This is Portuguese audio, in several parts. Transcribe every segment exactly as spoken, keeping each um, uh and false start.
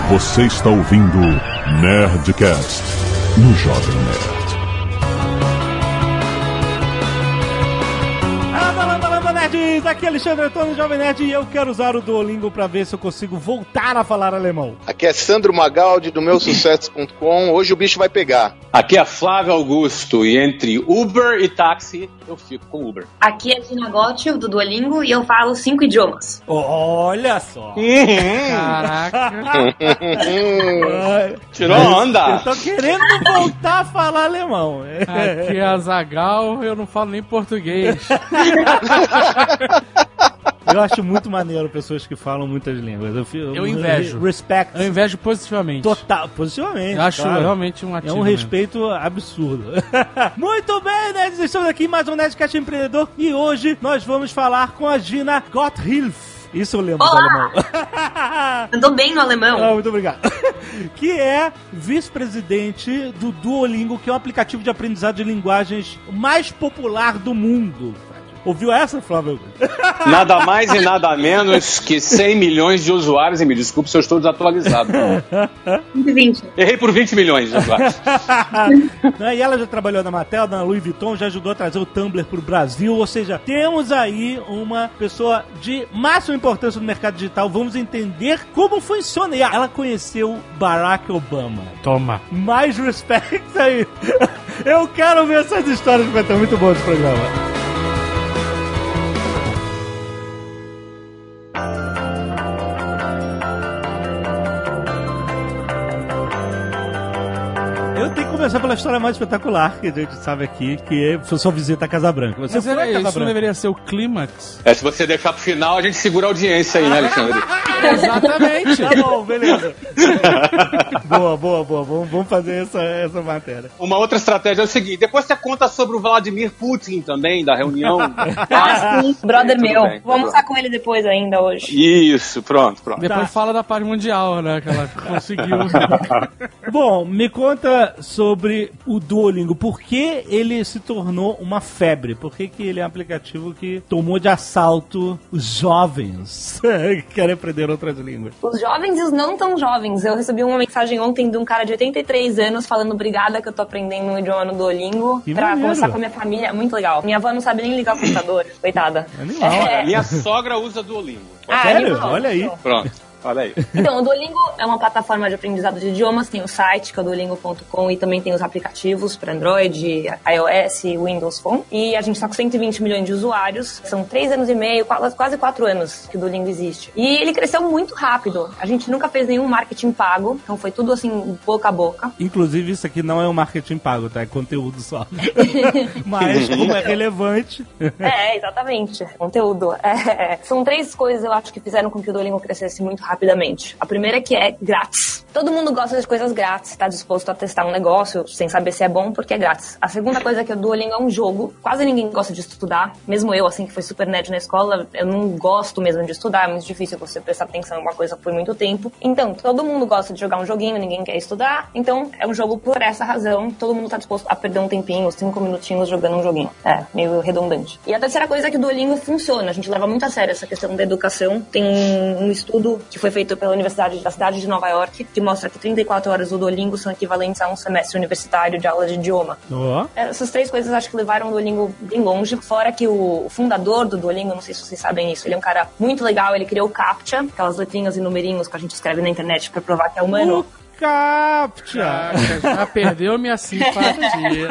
Você está ouvindo Nerdcast no Jovem Nerd. Nerds, aqui é Alexandre Antônio, Jovem Nerd, e eu quero usar o Duolingo pra ver se eu consigo voltar a falar alemão. Aqui é Sandro Magaldi, do meu sucesso ponto com. Hoje o bicho vai pegar. Aqui é Flávio Augusto, e entre Uber e táxi, eu fico com Uber. Aqui é Gina Gotti, do Duolingo, e eu falo cinco idiomas. Olha só! Caraca! Tirou onda! Eu tô querendo voltar a falar alemão. Aqui é Azaghal, eu não falo nem português. Eu acho muito maneiro pessoas que falam muitas línguas. Eu, eu, eu invejo. Respect. Eu invejo positivamente. Total, positivamente. Eu acho claro. realmente um ativo. É um respeito mesmo. Absurdo. Muito bem, nerds, estamos aqui em mais um Nerdcast Empreendedor e hoje nós vamos falar com a Gina Gotthilf. Isso eu lembro do alemão. Andou bem no alemão. Ah, muito obrigado. Que é vice-presidente do Duolingo, que é um aplicativo de aprendizado de linguagens mais popular do mundo. Ouviu essa, Flávio? Nada mais e nada menos que cem milhões de usuários, e me desculpe se eu estou desatualizado. cento e vinte. Errei por vinte milhões de usuários. E ela já trabalhou na Mattel, na Louis Vuitton, já ajudou a trazer o Tumblr pro Brasil, ou seja, temos aí uma pessoa de máxima importância no mercado digital. Vamos entender como funciona. E ela conheceu Barack Obama. Toma. Mais respeito aí. Eu quero ver essas histórias, vai ter muito bom esse programa. Eu tenho que começar pela história mais espetacular que a gente sabe aqui, que é sua visita à Casa Branca. Você Mas foi era, à Casa isso Branca. Não deveria ser o clímax? É, se você deixar pro final, a gente segura a audiência aí, né, Alexandre? Exatamente. Tá bom, beleza. Boa, boa, boa. Vamos, vamos fazer essa, essa matéria. Uma outra estratégia é o seguinte, depois você conta sobre o Vladimir Putin também, da reunião. Ah, sim, brother Tudo meu. bem, Vou almoçar com ele depois ainda hoje. Isso, pronto, pronto. Depois Tá. fala da paz mundial, né? Que ela conseguiu. Bom, me conta sobre o Duolingo. Por que ele se tornou uma febre? Por que, que ele é um aplicativo que tomou de assalto os jovens que querem aprender outras línguas? Os jovens e os não tão jovens. Eu recebi uma mensagem ontem de um cara de oitenta e três anos falando obrigada que eu tô aprendendo um idioma no Duolingo Que pra maneiro. conversar com a minha família. É muito legal. Minha avó não sabe nem ligar o computador. Coitada. Animal. É. Minha sogra usa Duolingo. Ah, Sério? animal. Olha aí. Pronto. Olha aí. Então, o Duolingo é uma plataforma de aprendizado de idiomas, tem o site, que é o duolingo ponto com, e também tem os aplicativos para Android, iOS e Windows Phone. E a gente está com cento e vinte milhões de usuários, são três anos e meio, quase quatro anos que o Duolingo existe. E ele cresceu muito rápido, a gente nunca fez nenhum marketing pago, então foi tudo assim, boca a boca. Inclusive, isso aqui não é um marketing pago, tá? É conteúdo só. Mas, como é relevante... É, exatamente. Conteúdo. É. São três coisas, eu acho, que fizeram com que o Duolingo crescesse muito rapidamente. A primeira é que é grátis. Todo mundo gosta de coisas grátis, tá disposto a testar um negócio sem saber se é bom porque é grátis. A segunda coisa é que o Duolingo é um jogo. Quase ninguém gosta de estudar. Mesmo eu, assim, que fui super nerd na escola, eu não gosto mesmo de estudar. É muito difícil você prestar atenção em uma coisa por muito tempo. Então, todo mundo gosta de jogar um joguinho, ninguém quer estudar. Então, é um jogo por essa razão. Todo mundo tá disposto a perder um tempinho, cinco minutinhos jogando um joguinho. É, meio redundante. E a terceira coisa é que o Duolingo funciona. A gente leva muito a sério essa questão da educação. Tem um estudo que foi feito pela Universidade da cidade de Nova York, que mostra que trinta e quatro horas do Duolingo são equivalentes a um semestre universitário de aula de idioma. Oh. Essas três coisas acho que levaram o Duolingo bem longe, fora que o fundador do Duolingo, não sei se vocês sabem isso, ele é um cara muito legal, ele criou o CAPTCHA, aquelas letrinhas e numerinhos que a gente escreve na internet pra provar que é humano. Uh. CAPTCHA. Já perdeu minha simpatia.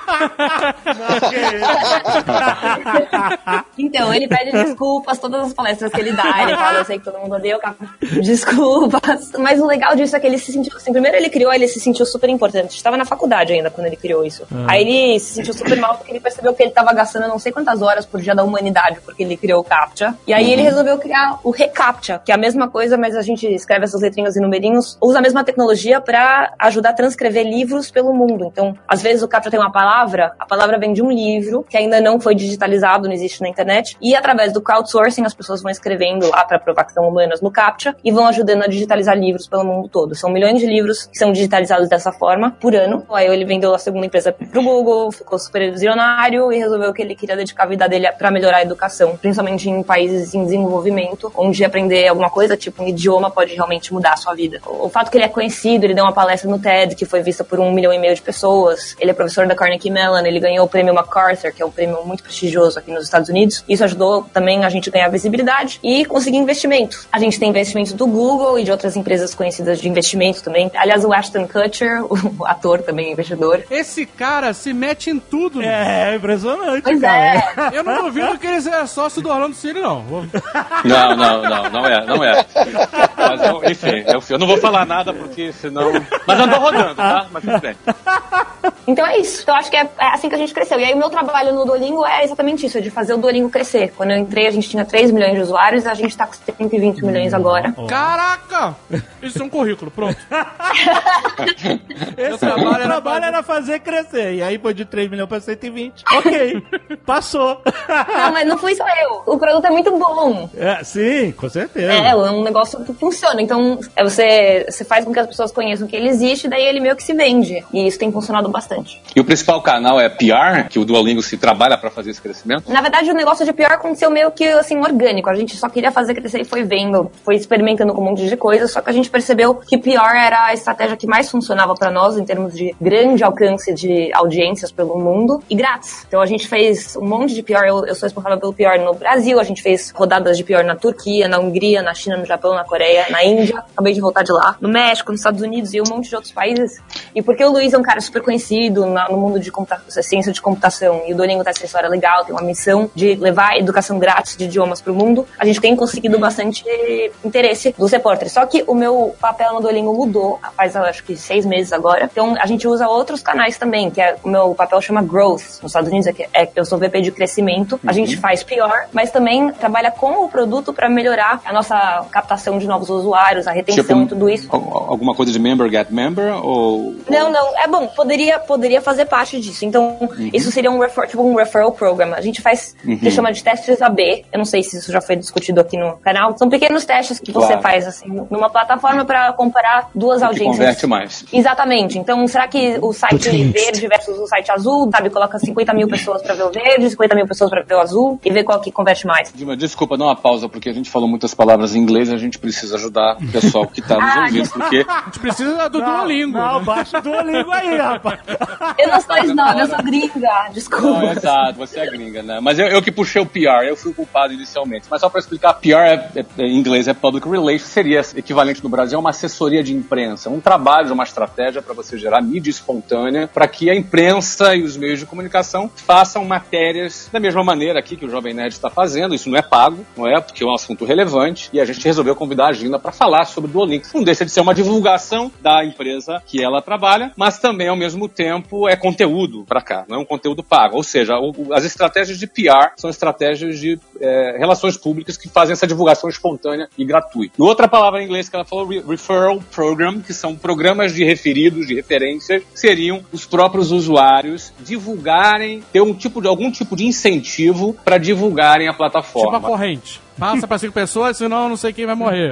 Então, ele pede desculpas todas as palestras que ele dá. Ele fala, eu sei que todo mundo odeia o CAPTCHA. Desculpas. Mas o legal disso é que ele se sentiu assim, primeiro ele criou, ele se sentiu super importante. Estava na faculdade ainda quando ele criou isso. Ah. Aí ele se sentiu super mal porque ele percebeu que ele estava gastando não sei quantas horas por dia da humanidade porque ele criou o CAPTCHA. E aí uhum. ele resolveu criar o ReCAPTCHA, que é a mesma coisa, mas a gente escreve essas letrinhas e numerinhos, usa a mesma tecnologia tecnologia para ajudar a transcrever livros pelo mundo. Então, às vezes o CAPTCHA tem uma palavra, a palavra vem de um livro que ainda não foi digitalizado, não existe na internet, e através do crowdsourcing as pessoas vão escrevendo lá para provar que são humanas no CAPTCHA e vão ajudando a digitalizar livros pelo mundo todo. São milhões de livros que são digitalizados dessa forma por ano. Aí ele vendeu a segunda empresa pro Google, ficou super visionário e resolveu que ele queria dedicar a vida dele para melhorar a educação, principalmente em países em desenvolvimento, onde aprender alguma coisa, tipo um idioma, pode realmente mudar a sua vida. O fato que ele é conhecido, ele deu uma palestra no TED, que foi vista por um milhão e meio de pessoas. Ele é professor da Carnegie Mellon, ele ganhou o prêmio MacArthur, que é um prêmio muito prestigioso aqui nos Estados Unidos. Isso ajudou também a gente a ganhar visibilidade e conseguir investimento. A gente tem investimentos do Google e de outras empresas conhecidas de investimento também. Aliás, o Ashton Kutcher, o ator também investidor. Esse cara se mete em tudo. É, impressionante, Pois cara. é. Eu não duvido que ele seja sócio do Orlando City, não. Não, não, não, não é, não é. Mas, eu, enfim, eu, eu não vou falar nada porque senão... Mas andou rodando, tá? Mas tudo bem. Então é isso. Então acho que é, é assim que a gente cresceu. E aí o meu trabalho no Duolingo é exatamente isso, é de fazer o Duolingo crescer. Quando eu entrei, a gente tinha três milhões de usuários, a gente tá com cento e vinte milhões agora. Caraca! Isso é um currículo, pronto. Esse trabalho o era trabalho era fazer crescer. E aí foi de três milhões para cento e vinte. Ok, passou. Não, mas não fui só eu. O produto é muito bom. É, sim, com certeza. É, é um negócio que funciona. Então, é você, você faz com que as pessoas conheçam que ele existe, daí ele meio que se vende. E isso tem funcionado bastante. E o principal canal é P R, que o Duolingo se trabalha para fazer esse crescimento? Na verdade, o negócio de P R aconteceu meio que, assim, orgânico. A gente só queria fazer crescer e foi vendo, foi experimentando com um monte de coisa, só que a gente percebeu que P R era a estratégia que mais funcionava para nós, em termos de grande alcance de audiências pelo mundo, e grátis. Então, a gente fez um monte de P R, eu, eu sou responsável pelo P R no Brasil, a gente fez rodadas de P R na Turquia, na Hungria, na China, no Japão, na Coreia, na Índia, acabei de voltar de lá, no México, nos Estados Unidos e um monte de outros países. E porque o Luiz é um cara super conhecido na, no mundo de computa- ciência de computação, e o Duolingo tem essa história legal, tem uma missão de levar a educação grátis de idiomas pro mundo, a gente tem conseguido bastante interesse dos repórteres. Só que o meu papel no Duolingo mudou faz, acho que, seis meses agora. Então, a gente usa outros canais também, que é o meu papel chama Growth. Nos Estados Unidos, é que é, eu sou V P de crescimento. A gente faz P R, mas também trabalha com o produto para melhorar a nossa captação de novos usuários, a retenção Tipo, e tudo isso. Alguma coisa de member get member? Ou... Não, não. É bom, poderia, poderia fazer parte disso. Então, uhum. isso seria um, refer, tipo um referral program. A gente faz o uhum. que chama de testes A B. Eu não sei se isso já foi discutido aqui no canal. São pequenos testes que claro. Você faz, assim, numa plataforma para comparar duas o audiências. Que converte mais. Exatamente. Então, será que o site verde versus o site azul, sabe, coloca cinquenta mil pessoas para ver o verde, cinquenta mil pessoas para ver o azul e ver qual que converte mais? Desculpa, dá uma pausa, porque a gente falou muitas palavras em inglês e a gente precisa ajudar o pessoal que tá nos ah, ouvindo, porque... A gente precisa do não, Duolingo. Não, baixa o Duolingo aí, rapaz. Eu não sou snob, eu sou gringa, desculpa. Não, exato, você é gringa, né? Mas eu, eu que puxei o P R, eu fui o culpado inicialmente. Mas só para explicar, P R é, é, é, em inglês é Public Relations, seria equivalente no Brasil a uma assessoria de imprensa, um trabalho, uma estratégia para você gerar mídia espontânea, para que a imprensa e os meios de comunicação façam matérias da mesma maneira aqui que o Jovem Nerd está fazendo. Isso não é pago, não é? Porque é um assunto relevante e a gente resolveu convidar a Gina para falar sobre o Duolingo. Não deixa de ser uma divulgação da empresa que ela trabalha, mas também, ao mesmo tempo, é conteúdo para cá, não é um conteúdo pago. Ou seja, o, as estratégias de P R são estratégias de é, relações públicas que fazem essa divulgação espontânea e gratuita. E outra palavra em inglês que ela falou, re- referral program, que são programas de referidos, de referências, que seriam os próprios usuários divulgarem, ter um tipo de, algum tipo de incentivo para divulgarem a plataforma. Tipo a corrente. Passa para cinco pessoas, senão não sei quem vai morrer.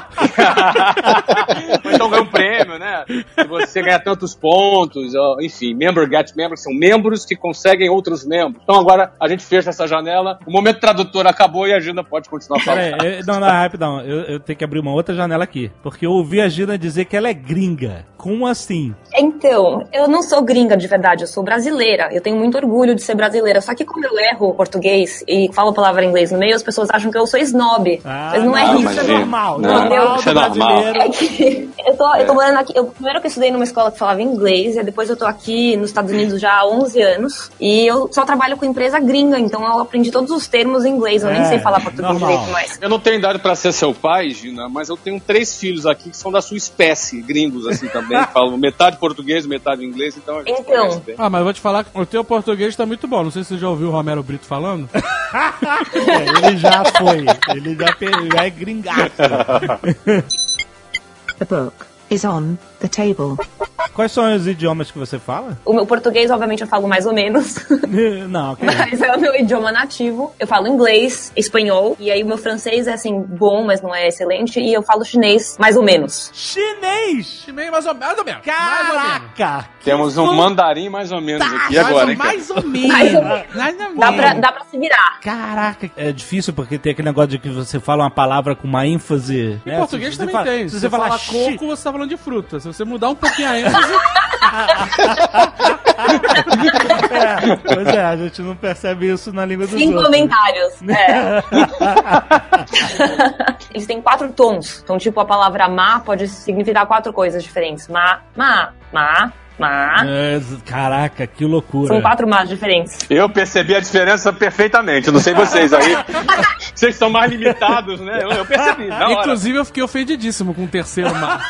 Ou então ganha um prêmio, né? Se você ganhar tantos pontos, enfim, member get member, são membros que conseguem outros membros. Então agora a gente fecha essa janela, o momento tradutor acabou e a Gina pode continuar falando. Pera aí, não, não, rapidão, eu, eu tenho que abrir uma outra janela aqui, porque eu ouvi a Gina dizer que ela é gringa. Como assim? Então, eu não sou gringa de verdade, eu sou brasileira. Eu tenho muito orgulho de ser brasileira, só que como eu erro português e falo a palavra em inglês no meio, as pessoas acham que eu sou snob. Ah, mas não, não é isso. isso. Isso é normal. Não, normal isso é normal. É que eu tô, eu tô morando aqui. Eu, primeiro que eu estudei numa escola que falava inglês, e depois eu tô aqui nos Estados Unidos já há onze anos. E eu só trabalho com empresa gringa, então eu aprendi todos os termos em inglês. Eu é, nem sei falar português normal. Direito mais. Eu não tenho idade pra ser seu pai, Gina, mas eu tenho três filhos aqui que são da sua espécie, gringos assim também, que falam metade português, metade inglês, então a gente então. Ah, mas eu vou te falar que o teu português tá muito bom. Não sei se você já ouviu o Romero Brito falando. É, ele já foi. Ele já, já é gringaço. A book is on the table. Quais são os idiomas que você fala? O meu português, obviamente, eu falo mais ou menos. Não, ok. Mas é o meu idioma nativo. Eu falo inglês, espanhol, e aí o meu francês é, assim, bom, mas não é excelente, e eu falo chinês mais ou menos. Chinês! Chinês mais ou, mais ou menos. Caraca! Temos um mandarim mais ou menos aqui mais agora, ou, hein, cara? mais ou menos. Mais ou menos. Mais ou menos. Dá pra, dá pra se virar. Caraca, é difícil porque tem aquele negócio de que você fala uma palavra com uma ênfase. Em né? português Se também fala, tem. Se Se você falar fala chi- coco, você tá falando de fruta. Se você mudar um pouquinho a ênfase... É, pois é, a gente não percebe isso na língua dos Sem outros. comentários. É. Eles têm quatro tons. Então, tipo, a palavra má pode significar quatro coisas diferentes. Má, má, má, má. É, caraca, que loucura. São quatro más diferentes. Eu percebi a diferença perfeitamente. Não sei vocês aí. Vocês são mais limitados, né? Eu, eu percebi. Na hora. Inclusive, eu fiquei ofendidíssimo com o terceiro mar.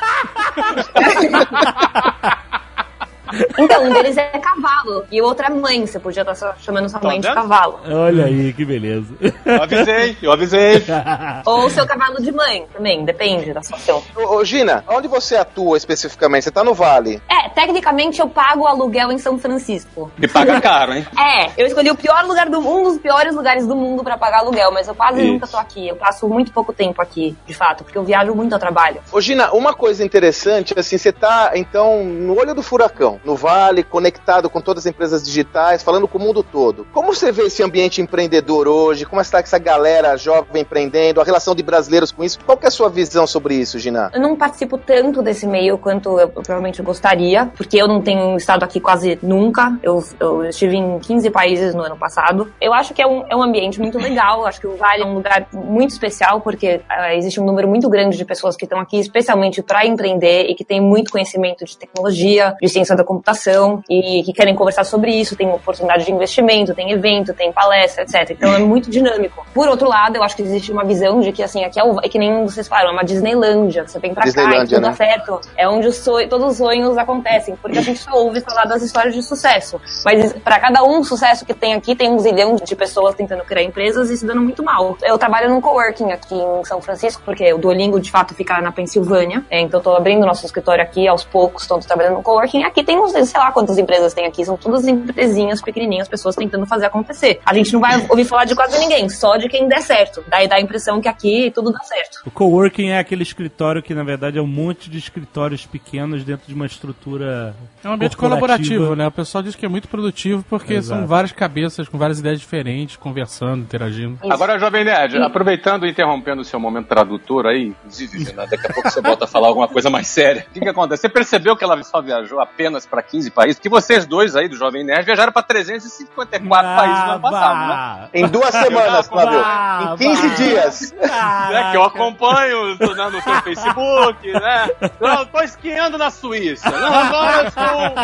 Então, um deles é cavalo e o outro é mãe. Você podia estar só chamando sua mãe de vendo? cavalo. Olha aí, que beleza. Eu avisei, eu avisei. Ou seu cavalo de mãe também, depende da situação. Ô, ô, Gina, onde você atua especificamente? Você tá no Vale? É, tecnicamente eu pago aluguel em São Francisco. E paga caro, hein? É, eu escolhi o pior lugar do mundo, um dos piores lugares do mundo pra pagar aluguel, mas eu quase Isso. nunca tô aqui. Eu passo muito pouco tempo aqui, de fato, porque eu viajo muito a trabalho. Ô, Gina, uma coisa interessante, assim, você tá, então, no olho do furacão, no Vale, conectado com todas as empresas digitais, falando com o mundo todo. Como você vê esse ambiente empreendedor hoje? Como está essa galera jovem empreendendo? A relação de brasileiros com isso? Qual que é a sua visão sobre isso, Gina? Eu não participo tanto desse meio quanto eu provavelmente gostaria, porque eu não tenho estado aqui quase nunca. Eu, eu estive em quinze países no ano passado. Eu acho que é um, é um ambiente muito legal. Eu acho que o Vale é um lugar muito especial, porque uh, existe um número muito grande de pessoas que estão aqui especialmente para empreender e que têm muito conhecimento de tecnologia, de ciência da computação, e que querem conversar sobre isso, tem oportunidade de investimento, tem evento, tem palestra, etcétera. Então é muito dinâmico. Por outro lado, eu acho que existe uma visão de que, assim, aqui é, o, é que nem vocês falaram, é uma Disneylândia. Você vem pra cá e tudo dá certo. É onde os sonhos, todos os sonhos acontecem, porque a gente só ouve falar das histórias de sucesso. Mas pra cada um sucesso que tem aqui, tem um zilhão de pessoas tentando criar empresas e se dando muito mal. Eu trabalho num coworking aqui em São Francisco, porque o Duolingo, de fato, fica na Pensilvânia. É, então eu tô abrindo nosso escritório aqui aos poucos, estou trabalhando no coworking. Aqui tem uns, sei lá quantas empresas tem aqui, são todas empresinhas pequenininhas, pessoas tentando fazer acontecer. A gente não vai ouvir falar de quase ninguém, só de quem der certo. Daí dá a impressão que aqui tudo dá certo. O coworking é aquele escritório que, na verdade, é um monte de escritórios pequenos dentro de uma estrutura É um ambiente colaborativo, né? O pessoal diz que é muito produtivo porque Exato. são várias cabeças com várias ideias diferentes, conversando, interagindo. Isso. Agora, Jovem Nerd, aproveitando e interrompendo o seu momento tradutor aí, inclusive, Gina, daqui a pouco você volta a falar alguma coisa mais séria. O que que acontece? Você percebeu que ela só viajou apenas para quinze países? Que vocês dois aí do Jovem Nerd viajaram para trezentos e cinquenta e quatro Ah, países no ano passado, né? bah. Em duas semanas, Flávio. Ah, Em quinze bah. dias. É que eu acompanho né, no seu Facebook, né? Não, tô esquiando na Suíça. Não, agora eu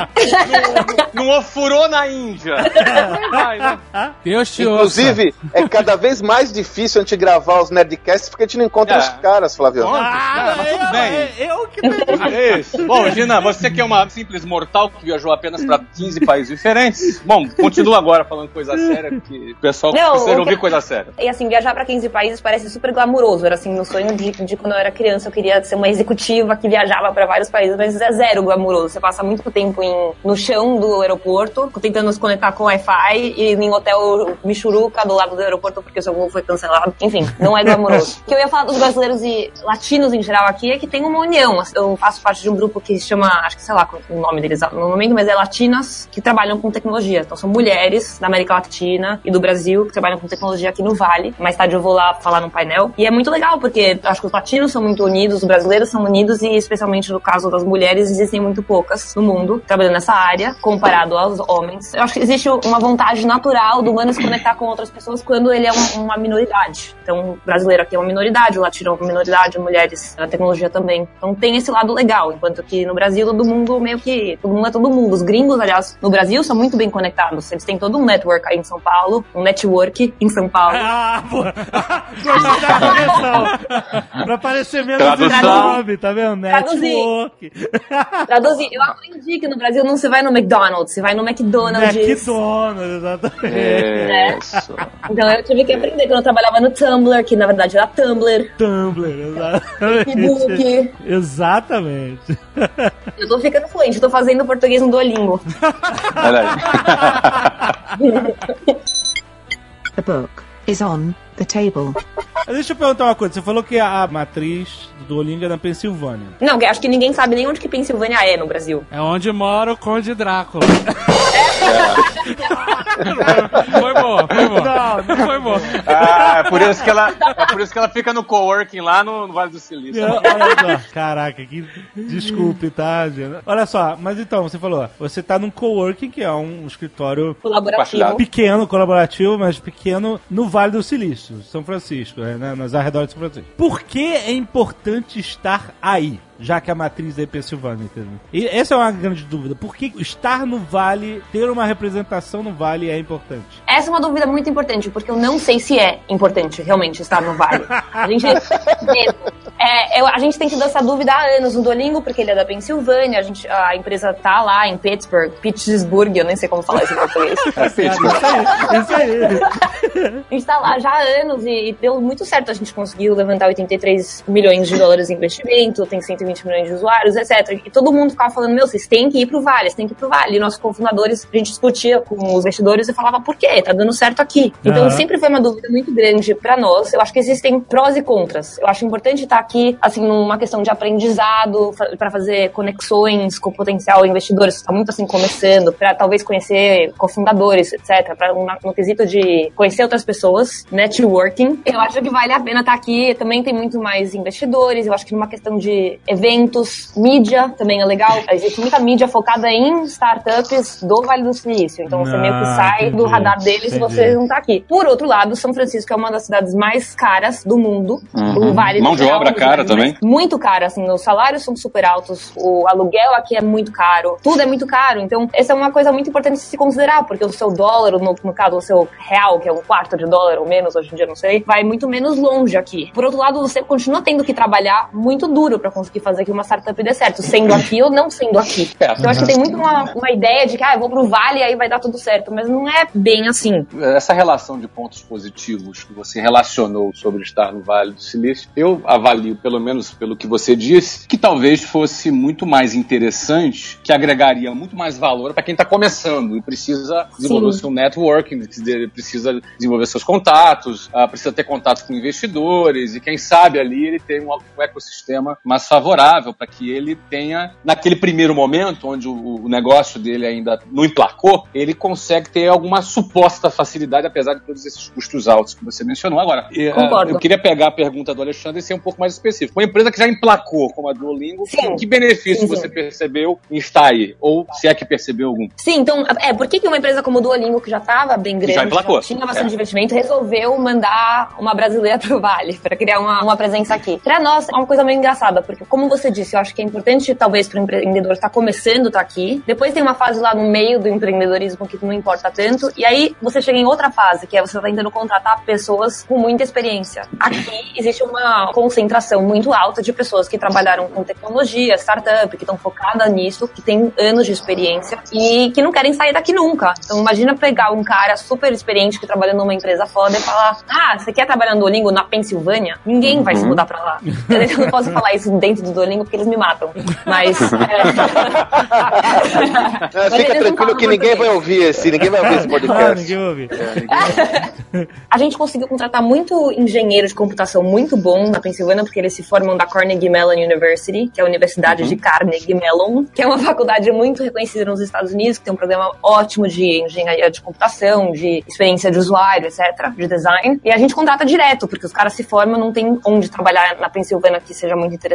estou no, no, no ofurô na Índia. Vai, né? Deus te Inclusive, é cada vez mais difícil a gente gravar os Nerdcasts porque a gente não encontra É. os caras, Flávio. Ontem, Ah, né? Mas tudo eu, bem. eu que tenho. É isso. Bom, Gina, você que é uma simples mortal que viajou apenas para quinze países diferentes. Bom, continua agora falando coisa séria, porque o pessoal Não, precisa o ouvir que- coisa séria. E assim, viajar pra quinze países parece super glamuroso. Era assim, meu sonho de, de quando eu era criança, eu queria ser uma executiva que viajava pra vários países, mas é zero glamuroso. Você passa muito tempo em, no chão do aeroporto, tentando se conectar com Wi-Fi, e em hotel Michuruca do lado do aeroporto, porque o seu voo foi cancelado. Enfim, não é glamuroso. O que eu ia falar dos brasileiros e latinos em geral aqui é que tem uma união. Eu faço parte de um grupo que se chama, acho que sei lá qual é o nome deles no momento, mas é Latinas que trabalham com tecnologia. Então são mulheres da América Latina e do Brasil que trabalham com tecnologia aqui no Vale. Mais tarde eu vou lá falar num painel. E é muito legal, porque acho que os latinos são muito unidos, os brasileiros são unidos e, especialmente no caso das mulheres, existem muito poucas no mundo trabalhando nessa área, comparado aos homens. Eu acho que existe uma vontade natural do humano se conectar com outras pessoas quando ele é um, uma minoridade. Então, o brasileiro aqui é uma minoridade, o latino é uma minoridade, mulheres na tecnologia também. Então tem esse lado legal, enquanto que no Brasil todo mundo meio que, todo não é todo mundo. Os gringos, aliás, no Brasil, são muito bem conectados. Eles têm todo um network aí em São Paulo, um network em São Paulo. Ah, pô! Gostei da expressão. Pra parecer menos Tradução. nome, tá vendo? Traduzir. Network. Traduzir. Eu aprendi que no Brasil não se vai no McDonald's, se vai no McDonald's. McDonald's, exatamente. Isso. Então eu tive que aprender quando eu trabalhava no Tumblr, que na verdade era Tumblr. Tumblr, exatamente. Facebook. Exatamente. Eu tô ficando fluente, tô fazendo português no Duolingo. Olha aí. The book is on the table. Deixa eu perguntar uma coisa. Você falou que a matriz do Duolingo é na Pensilvânia. Não, que acho que ninguém sabe nem onde que Pensilvânia é no Brasil. É onde mora o Conde Drácula. Foi boa, foi boa. Não, não foi boa. Ah, é por isso que ela, é por isso que ela fica no coworking lá no, no Vale do Silício. Olha só. Caraca, que desculpe, tá, gente? Olha só, mas então, você falou, você tá num coworking, que é um escritório Colaborativo. pequeno, colaborativo, mas pequeno, no Vale do Silício, São Francisco, né, nas arredores de São Francisco. Por que é importante estar aí? Já que a matriz é em Pensilvânia, entendeu? E essa é uma grande dúvida. Por que estar no Vale, ter uma representação no Vale é importante? Essa é uma dúvida muito importante, porque eu não sei se é importante realmente estar no Vale. A gente, é, eu, a gente tem tido essa dúvida há anos no Duolingo, porque ele é da Pensilvânia, a, gente, a empresa tá lá em Pittsburgh, Pittsburgh, eu nem sei como falar isso em português. É Pittsburgh. Isso aí, isso aí. A gente tá lá já há anos e, e deu muito certo. A gente conseguiu levantar oitenta e três milhões de dólares em investimento, tem cento e vinte milhões de usuários, etcétera. E todo mundo ficava falando, meu, vocês têm que ir pro Vale, vocês têm que ir pro Vale. E nossos cofundadores, a gente discutia com os investidores e falava, por quê? Tá dando certo aqui. Então, Uhum. sempre foi uma dúvida muito grande pra nós. Eu acho que existem prós e contras. Eu acho importante estar aqui, assim, numa questão de aprendizado, fa- pra fazer conexões com o potencial investidores que tá muito, assim, começando, pra talvez conhecer cofundadores, etcétera. Pra, um, no quesito de conhecer outras pessoas, networking. Eu acho que vale a pena estar aqui. Também tem muito mais investidores. Eu acho que numa questão de eventos, mídia também é legal. Existe muita mídia focada em startups do Vale do Silício. Então você Ah, meio que sai entendi, do radar deles se entendi. você não tá aqui. Por outro lado, São Francisco é uma das cidades mais caras do mundo. Uhum. O Vale Mão de é um obra dos cara lugares também? mais- Muito cara, assim, os salários são super altos, o aluguel aqui é muito caro, tudo é muito caro. Então, essa é uma coisa muito importante de se considerar, porque o seu dólar, no, no caso, o seu real, que é um quarto de dólar ou menos, hoje em dia, não sei, vai muito menos longe aqui. Por outro lado, você continua tendo que trabalhar muito duro pra conseguir fazer que uma startup dê certo, sendo aqui ou não sendo aqui. É. Eu acho que tem muito uma, uma ideia de que, ah, eu vou pro Vale e aí vai dar tudo certo, mas não é bem assim. Essa relação de pontos positivos que você relacionou sobre estar no Vale do Silício, eu avalio, pelo menos pelo que você disse, que talvez fosse muito mais interessante, que agregaria muito mais valor para quem está começando e precisa desenvolver Sim. o seu networking, precisa desenvolver seus contatos, uh, precisa ter contato com investidores e quem sabe ali ele tem um, um ecossistema mais favorável para que ele tenha, naquele primeiro momento, onde o, o negócio dele ainda não emplacou, ele consegue ter alguma suposta facilidade, apesar de todos esses custos altos que você mencionou. Agora, Concordo. eu queria pegar a pergunta do Alexandre e ser um pouco mais específico. Uma empresa que já emplacou, como a Duolingo, Sim. que benefício Sim, sim. você percebeu em estar aí? Ou se é que percebeu algum? Sim, então, é, por que que uma empresa como o Duolingo, que já estava bem grande, Já emplacou. tinha bastante É. investimento, resolveu mandar uma brasileira pro Vale, para criar uma, uma presença aqui? Pra nós, é uma coisa meio engraçada, porque como você disse, eu acho que é importante, talvez, para o empreendedor estar começando, tá aqui. Depois tem uma fase lá no meio do empreendedorismo que não importa tanto, e aí você chega em outra fase, que é você tá tentando contratar pessoas com muita experiência. Aqui existe uma concentração muito alta de pessoas que trabalharam com tecnologia, startup, que estão focadas nisso, que tem anos de experiência e que não querem sair daqui nunca. Então imagina pegar um cara super experiente que trabalha numa empresa foda e falar, ah, você quer trabalhar no Duolingo na Pensilvânia? Ninguém vai se mudar pra lá. Eu não posso falar isso dentro do Duolingo porque eles me matam. Mas... É... Não, Mas fica eles não tranquilo falam que ninguém vai português. ouvir esse, ninguém vai ouvir esse Ah, podcast. ninguém vai ouvir. A gente conseguiu contratar muito engenheiro de computação muito bom na Pensilvânia, porque eles se formam da Carnegie Mellon University, que é a Universidade Uhum. de Carnegie Mellon, que é uma faculdade muito reconhecida nos Estados Unidos, que tem um programa ótimo de engenharia de computação, de experiência de usuário, etcétera, de design. E a gente contrata direto, porque os caras se formam, não tem onde trabalhar na Pensilvânia que seja muito interessante fora.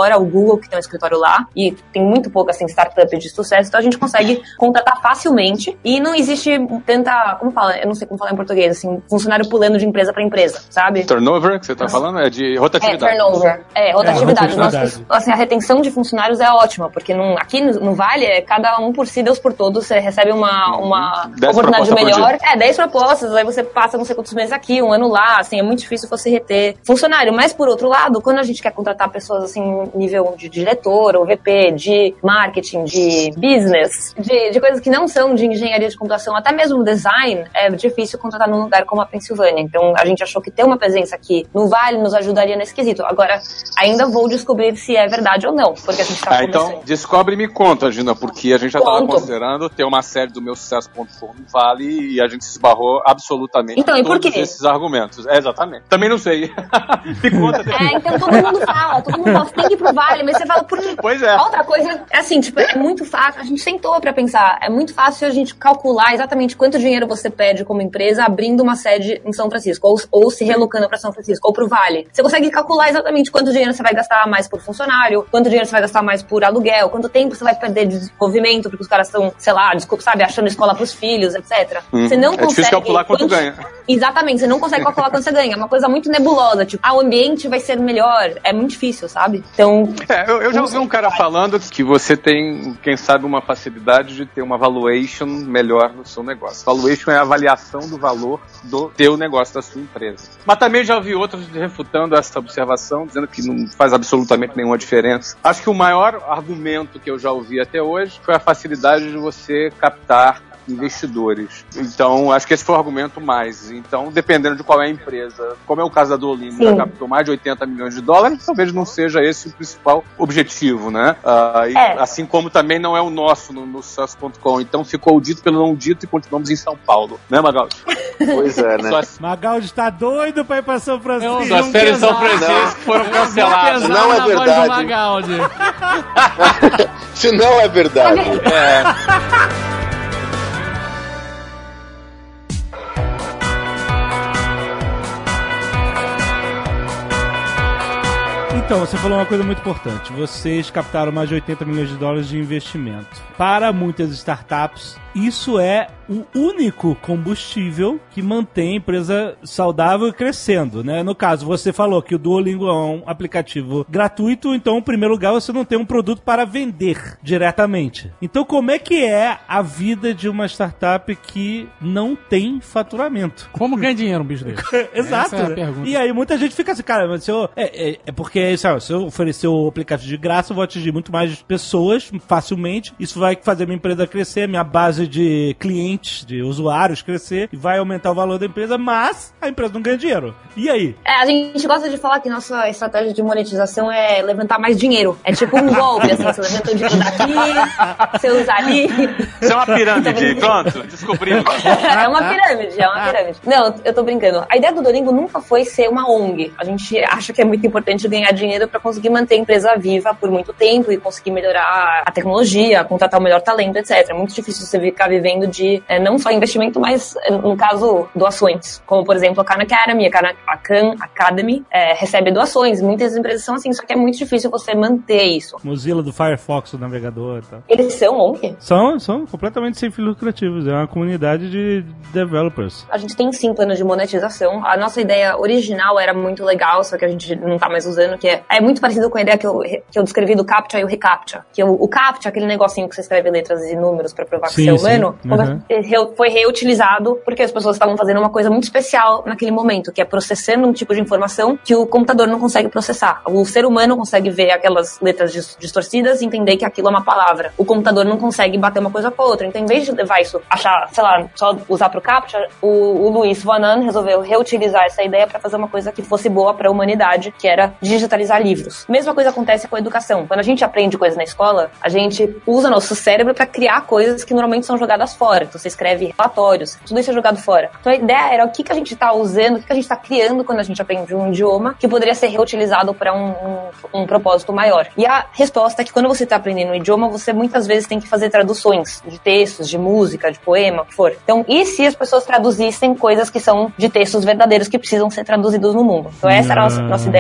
fora, o Google, que tem um escritório lá, e tem muito pouca, assim, startup de sucesso, então a gente consegue contratar facilmente, e não existe tanta, como fala, eu não sei como falar em português, assim, funcionário pulando de empresa pra empresa, sabe? Turnover, que você tá falando, é de rotatividade. É, turnover. É, rotatividade. É, rotatividade. Nossa, assim, a retenção de funcionários é ótima, porque não, aqui no, no Vale, é cada um por si, Deus por todos, você recebe uma, uma oportunidade melhor. É, dez propostas, aí você passa não sei quantos meses aqui, um ano lá, assim, é muito difícil você reter funcionário. Mas, por outro lado, quando a gente quer contratar pessoas, assim, nível de diretor, ou V P, de marketing, de business, de, de coisas que não são de engenharia de computação, até mesmo design, é difícil contratar num lugar como a Pensilvânia. Então, a gente achou que ter uma presença aqui no Vale nos ajudaria nesse quesito. Agora, ainda vou descobrir se é verdade ou não, porque a gente tá ah, começando. Então, descobre e me conta, Gina, porque a gente já estava considerando ter uma série do meu sucesso ponto com no Vale e a gente se esbarrou absolutamente então, em e por todos quê? esses argumentos. É, exatamente. Também não sei. Me conta depois. É, então todo mundo fala, todo mundo fala, você tem que ir pro Vale, mas você fala, por quê? Pois é. Outra coisa, é assim, tipo, é muito fácil, a gente sentou pra pensar, é muito fácil a gente calcular exatamente quanto dinheiro você perde como empresa abrindo uma sede em São Francisco, ou, ou se relocando pra São Francisco, ou pro Vale. Você consegue calcular exatamente quanto dinheiro você vai gastar mais por funcionário, quanto dinheiro você vai gastar mais por aluguel, quanto tempo você vai perder de desenvolvimento, porque os caras estão, sei lá, desculpa, sabe, achando escola pros filhos, etcétera. Hum, você não é consegue... difícil calcular quanto, quanto ganha. Exatamente, você não consegue calcular quanto você ganha. É uma coisa muito nebulosa, tipo, ah, o ambiente vai ser melhor. É muito difícil, sabe? Então... É, eu, eu já ouvi um cara falando que você tem, quem sabe, uma facilidade de ter uma valuation melhor no seu negócio. Valuation é a avaliação do valor do teu negócio, da sua empresa. Mas também já ouvi outros refutando essa observação, dizendo que não faz absolutamente nenhuma diferença. Acho que o maior argumento que eu já ouvi até hoje foi a facilidade de você captar investidores. Então, acho que esse foi o argumento mais. Então, dependendo de qual é a empresa, como é o caso da Duolingo, que captou mais de oitenta milhões de dólares, talvez não seja esse o principal objetivo, né? Uh, e, é. Assim como também não é o nosso no, no S U S ponto com. Então, ficou o dito pelo não dito e continuamos em São Paulo. Né, Magaldi? Pois é, né? Só... Magaldi está doido para ir para São Francisco. As férias São Francisco foram canceladas. Não é verdade. Magaldi. Se não é verdade. É. Então, você falou uma coisa muito importante. Vocês captaram mais de oitenta milhões de dólares de investimento. Para muitas startups, isso é o único combustível que mantém a empresa saudável e crescendo, né? No caso, você falou que o Duolingo é um aplicativo gratuito, então, em primeiro lugar, você não tem um produto para vender diretamente. Então, como é que é a vida de uma startup que não tem faturamento? Como ganha dinheiro um bicho desse? Exato. Essa é a pergunta. E aí, muita gente fica assim, cara, mas se eu... É, é, é porque, sabe, se eu oferecer o aplicativo de graça, eu vou atingir muito mais pessoas facilmente. Isso vai fazer minha empresa crescer, minha base de clientes, de usuários crescer, e vai aumentar o valor da empresa, mas a empresa não ganha dinheiro. E aí? É, a gente gosta de falar que nossa estratégia de monetização é levantar mais dinheiro. É tipo um golpe, assim, você levanta o dinheiro daqui, você usa ali. Isso é uma pirâmide, pronto, descobrimos. É uma pirâmide, é uma pirâmide. Não, eu tô brincando. A ideia do Duolingo nunca foi ser uma O N G. A gente acha que é muito importante ganhar dinheiro pra conseguir manter a empresa viva por muito tempo e conseguir melhorar a tecnologia, contratar o melhor talento, etcétera. É muito difícil você ficar vivendo de é, não só investimento, mas, no caso, doações. Como, por exemplo, a Khan Academy. A Khan Academy é, recebe doações. Muitas empresas são assim, só que é muito difícil você manter isso. Mozilla do Firefox, o navegador e tal. Eles são O N G? São, são completamente sem fins lucrativos. É uma comunidade de developers. A gente tem sim planos de monetização. A nossa ideia original era muito legal, só que a gente não tá mais usando, que é, é muito parecido com a ideia que eu, que eu descrevi do CAPTCHA e o ReCAPTCHA. Que o, o CAPTCHA, aquele negocinho que você escreve letras e números pra provar que você é humano, uhum. foi reutilizado porque as pessoas estavam fazendo uma coisa muito especial naquele momento, que é processando um tipo de informação que o computador não consegue processar. O ser humano consegue ver aquelas letras distorcidas e entender que aquilo é uma palavra. O computador não consegue bater uma coisa com a outra. Então, em vez de levar isso, achar, sei lá, só usar pro CAPTCHA, o, o Luiz Vanan resolveu reutilizar essa ideia para fazer uma coisa que fosse boa para a humanidade, que era digitalizar livros. Mesma coisa acontece com a educação. Quando a gente aprende coisas na escola, a gente usa nosso cérebro para criar coisas que normalmente são jogadas fora. Então, você escreve relatórios, tudo isso é jogado fora. Então, a ideia era o que, que a gente está usando, o que, que a gente está criando quando a gente aprende um idioma que poderia ser reutilizado para um, um, um propósito maior. E a resposta é que quando você está aprendendo um idioma, você muitas vezes tem que fazer traduções de textos, de música, de poema, o que for. Então, e se as pessoas traduzissem coisas que são de textos verdadeiros que precisam ser traduzidos no mundo? Então, essa era a nossa, nossa ideia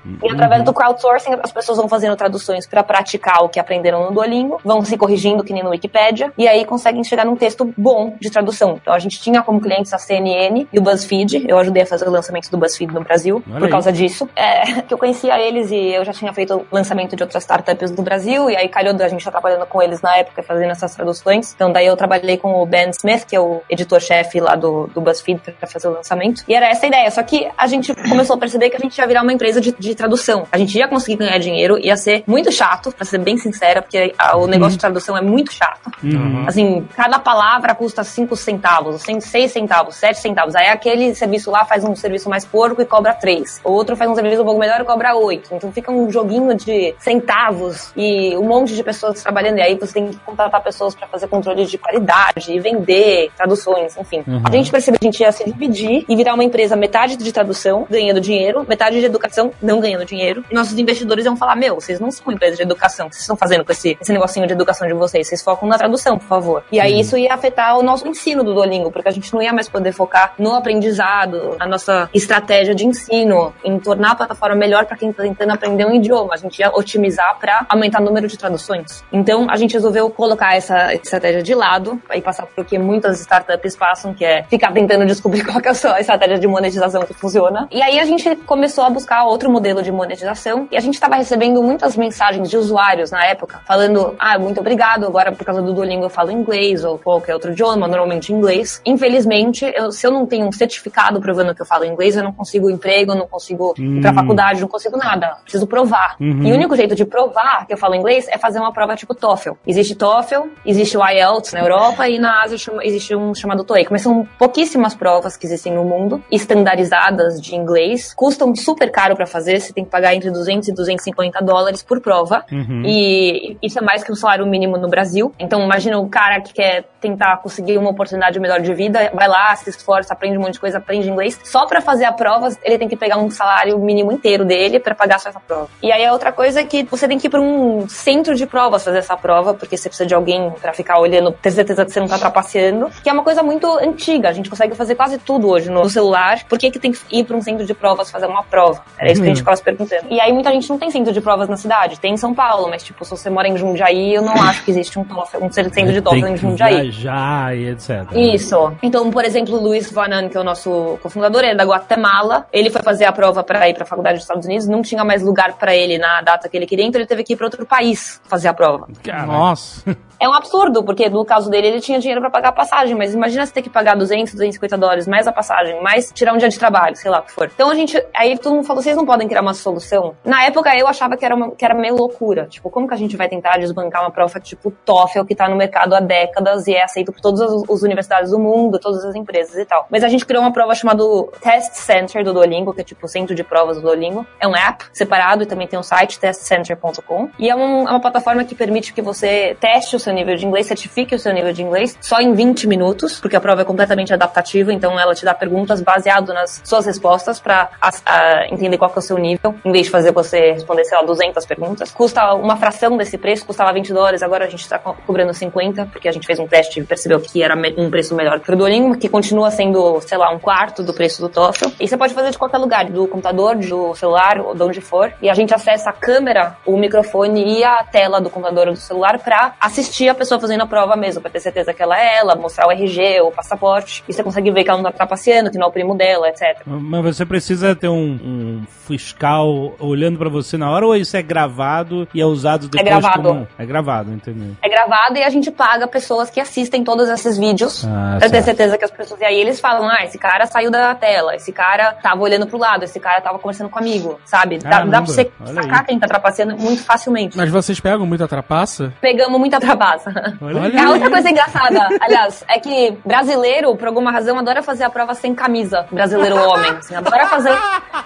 E através do crowdsourcing, as pessoas vão fazendo traduções para praticar o que aprenderam no Duolingo, vão se corrigindo, que nem no Wikipedia, e aí conseguem chegar num texto bom de tradução. Então a gente tinha como clientes a C N N e o BuzzFeed. Eu ajudei a fazer o lançamento do BuzzFeed no Brasil, Olha por causa aí. disso. É, que eu conhecia eles e eu já tinha feito o lançamento de outras startups do Brasil, e aí calhou da gente estar trabalhando com eles na época, fazendo essas traduções. Então daí eu trabalhei com o Ben Smith, que é o editor-chefe lá do, do BuzzFeed, para fazer o lançamento. E era essa a ideia, só que a gente começou a perceber que a gente ia virar uma empresa de, de tradução. A gente ia conseguir ganhar dinheiro, ia ser muito chato, pra ser bem sincera, porque a, o negócio uhum. de tradução é muito chato. Uhum. Assim, cada palavra custa cinco centavos, seis centavos, sete centavos. Aí aquele serviço lá faz um serviço mais porco e cobra três. O outro faz um serviço um pouco melhor e cobra oito. Então fica um joguinho de centavos e um monte de pessoas trabalhando. E aí você tem que contratar pessoas pra fazer controle de qualidade e vender traduções, enfim. Uhum. A gente percebeu que a gente ia se dividir e virar uma empresa metade de tradução, ganhando dinheiro, metade de educação, não ganhando dinheiro. E nossos investidores iam falar, meu, vocês não são uma empresa de educação, o que vocês estão fazendo com esse, esse negocinho de educação de vocês? Vocês focam na tradução, por favor. E aí uhum. isso ia afetar o nosso ensino do Duolingo, porque a gente não ia mais poder focar no aprendizado, na nossa estratégia de ensino, em tornar a plataforma melhor para quem está tentando aprender um idioma. A gente ia otimizar para aumentar o número de traduções. Então, a gente resolveu colocar essa estratégia de lado e passar por o que muitas startups passam, que é ficar tentando descobrir qual que é a sua estratégia de monetização que funciona. E aí a gente começou a buscar outro modelo de monetização e a gente estava recebendo muitas mensagens de usuários na época, falando, ah, muito obrigado, agora por causa do Duolingo eu falo inglês ou qualquer outro idioma, normalmente inglês. Infelizmente, eu, se eu não tenho um certificado provando que eu falo inglês, eu não consigo emprego, eu não consigo uhum. ir pra faculdade, não consigo nada. Preciso provar. Uhum. E o único jeito de provar que eu falo inglês é fazer uma prova tipo TOEFL. Existe TOEFL, existe o I E L T S na Europa e na Ásia existe um chamado TOEIC. Mas são pouquíssimas provas que existem no mundo, estandarizadas de inglês, custam super caro pra fazer, você tem que pagar entre duzentos e duzentos e cinquenta dólares por prova. Uhum. E isso é mais que um salário mínimo no Brasil. Então imagina o cara que quer tentar conseguir uma oportunidade melhor de vida, vai lá, se esforça, aprende um monte de coisa, aprende inglês. Só pra fazer a prova, ele tem que pegar um salário mínimo inteiro dele pra pagar só essa prova. E aí a outra coisa é que você tem que ir pra um centro de provas fazer essa prova, porque você precisa de alguém pra ficar olhando, ter certeza que você não tá trapaceando, que é uma coisa muito antiga. A gente consegue fazer quase tudo hoje no celular. Por que que tem que ir pra um centro de provas fazer uma prova? Era isso que a gente ficava se perguntando. E aí muita gente não tem centro de provas na cidade. Tem em São Paulo, mas tipo, se você mora em Jundiaí, eu não acho que existe um, TOEFL, um centro de TOEFL em Jundiaí. Já e etcétera. Isso. Então, por exemplo, o Luiz Vanan, que é o nosso cofundador, ele é da Guatemala. Ele foi fazer a prova pra ir pra faculdade dos Estados Unidos. Não tinha mais lugar pra ele na data que ele queria, então ele teve que ir pra outro país fazer a prova. Caraca. Nossa. É um absurdo, porque no caso dele, ele tinha dinheiro pra pagar a passagem, mas imagina você ter que pagar duzentos, duzentos e cinquenta dólares mais a passagem, mais tirar um dia de trabalho, sei lá o que for. Então a gente, aí todo mundo falou, vocês não podem criar uma solução? Na época eu achava que era, uma, que era meio loucura, tipo, como que a gente vai tentar desbancar uma prova tipo TOEFL, que tá no mercado há décadas e é aceito por todas as, as universidades do mundo, todas as empresas e tal. Mas a gente criou uma prova chamada Test Center do Duolingo, que é tipo o centro de provas do Duolingo. É um app separado e também tem um site, test center ponto com. E é, um, é uma plataforma que permite que você teste o seu nível de inglês, certifique o seu nível de inglês só em vinte minutos, porque a prova é completamente adaptativa, então ela te dá perguntas baseado nas suas respostas pra a, a, entender qual que é o seu nível, em vez de fazer você responder, sei lá, duzentas perguntas. Custa uma fração desse preço, custava vinte dólares, agora a gente tá co- cobrando cinquenta, porque a gente fez um teste e percebeu que era me- um preço melhor que o Duolingo, que continua sendo, sei lá, um quarto do preço do TOEFL. E você pode fazer de qualquer lugar, do computador, do celular, ou de onde for, e a gente acessa a câmera, o microfone e a tela do computador ou do celular pra assistir a pessoa fazendo a prova mesmo, pra ter certeza que ela é ela, mostrar o R G, o passaporte, e você consegue ver que ela não tá trapaceando, que não é o primo dela, etcétera. Mas você precisa ter um, um fiscal olhando pra você na hora, ou isso é gravado e é usado depois? É gravado. Como... É gravado, entendeu? É gravado e a gente paga pessoas que assistem todos esses vídeos ah, pra ter certeza que as pessoas... E aí eles falam, ah, esse cara saiu da tela, esse cara tava olhando pro lado, esse cara tava conversando com um amigo, sabe? Dá, dá pra você sacar aí quem tá trapaceando muito facilmente. Mas vocês pegam muita trapaça? Pegamos muita trapaça. Olha é a outra coisa engraçada, aliás, é que brasileiro, por alguma razão, adora fazer a prova sem camisa. Brasileiro homem, assim, adora fazer...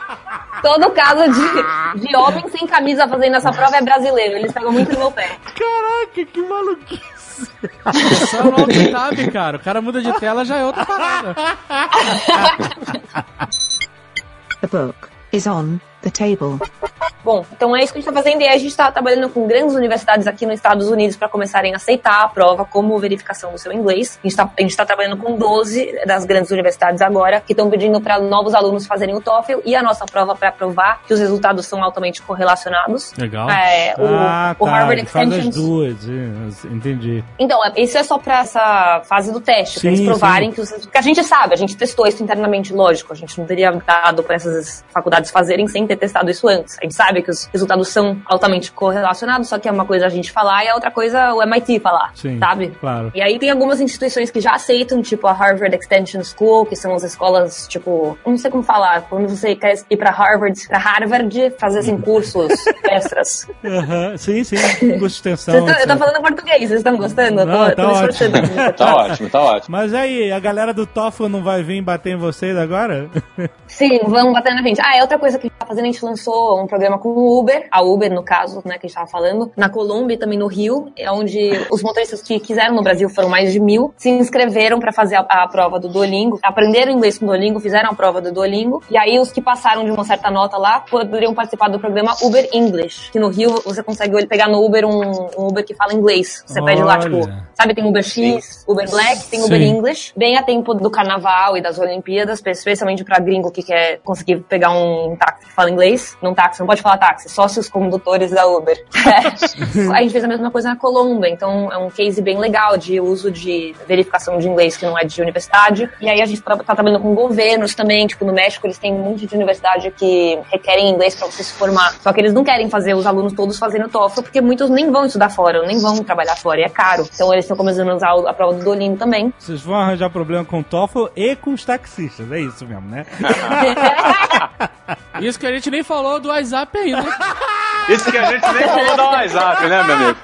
Todo caso de, de homem sem camisa fazendo essa prova é brasileiro. Eles pegam muito no meu pé. Caraca, que maluquice. Só no alt-tab, cara. O cara muda de tela, já é outra parada. The book is on the table. Bom, então é isso que a gente está fazendo e a gente está trabalhando com grandes universidades aqui nos Estados Unidos para começarem a aceitar a prova como verificação do seu inglês. A gente está tá trabalhando com doze das grandes universidades agora que estão pedindo para novos alunos fazerem o TOEFL e a nossa prova para provar que os resultados são altamente correlacionados. Legal. É, o, ah, o tá, Harvard faz Extension. as duas, entendi. Então, isso é só para essa fase do teste, para eles provarem que, os, que a gente sabe, a gente testou isso internamente, lógico, a gente não teria dado para essas faculdades fazerem sem ter testado isso antes. A gente sabe que os resultados são altamente correlacionados, só que é uma coisa a gente falar e a outra coisa o M I T falar, Sim, sabe? Claro. E aí tem algumas instituições que já aceitam, tipo a Harvard Extension School, que são as escolas, tipo, não sei como falar, quando você quer ir pra Harvard, pra Harvard, fazer assim, cursos extras. Uhum, sim, sim, curso de extensão. Vocês tão, eu tô falando português, vocês estão gostando? Não, eu tô, tá tô me ótimo. esforçando. Tá ótimo, tá ótimo. Mas aí, a galera do TOEFL não vai vir bater em vocês agora? Sim, vamos bater na frente. Ah, é outra coisa que a gente tá fazendo, a gente lançou um programa com o Uber, a Uber, no caso, né, que a gente tava falando, na Colômbia e também no Rio, é onde os motoristas que quiseram no Brasil, foram mais de mil, se inscreveram pra fazer a, a prova do Duolingo, aprenderam inglês com o Duolingo, fizeram a prova do Duolingo, e aí os que passaram de uma certa nota lá, poderiam participar do programa Uber English, que no Rio você consegue pegar no Uber um, um Uber que fala inglês. Você pede lá, tipo, sabe, tem Uber X, Uber Black, tem Uber Sim. English, bem a tempo do carnaval e das Olimpíadas, especialmente pra gringo que quer conseguir pegar um táxi que fala inglês. Não táxi, não pode falar táxi, só se os condutores da Uber. É. A gente fez a mesma coisa na Colômbia, então é um case bem legal de uso de verificação de inglês que não é de universidade. E aí a gente tá, tá trabalhando com governos também, tipo, no México eles têm um monte de universidade que requerem inglês pra você se formar. Só que eles não querem fazer os alunos todos fazendo TOEFL, porque muitos nem vão estudar fora, nem vão trabalhar fora, e é caro. Então eles estão começando a usar a prova do Duolingo também. Vocês vão arranjar problema com o TOEFL e com os taxistas, é isso mesmo, né? Isso que a gente nem falou do WhatsApp ainda. Isso que a gente nem falou do WhatsApp, né, meu amigo?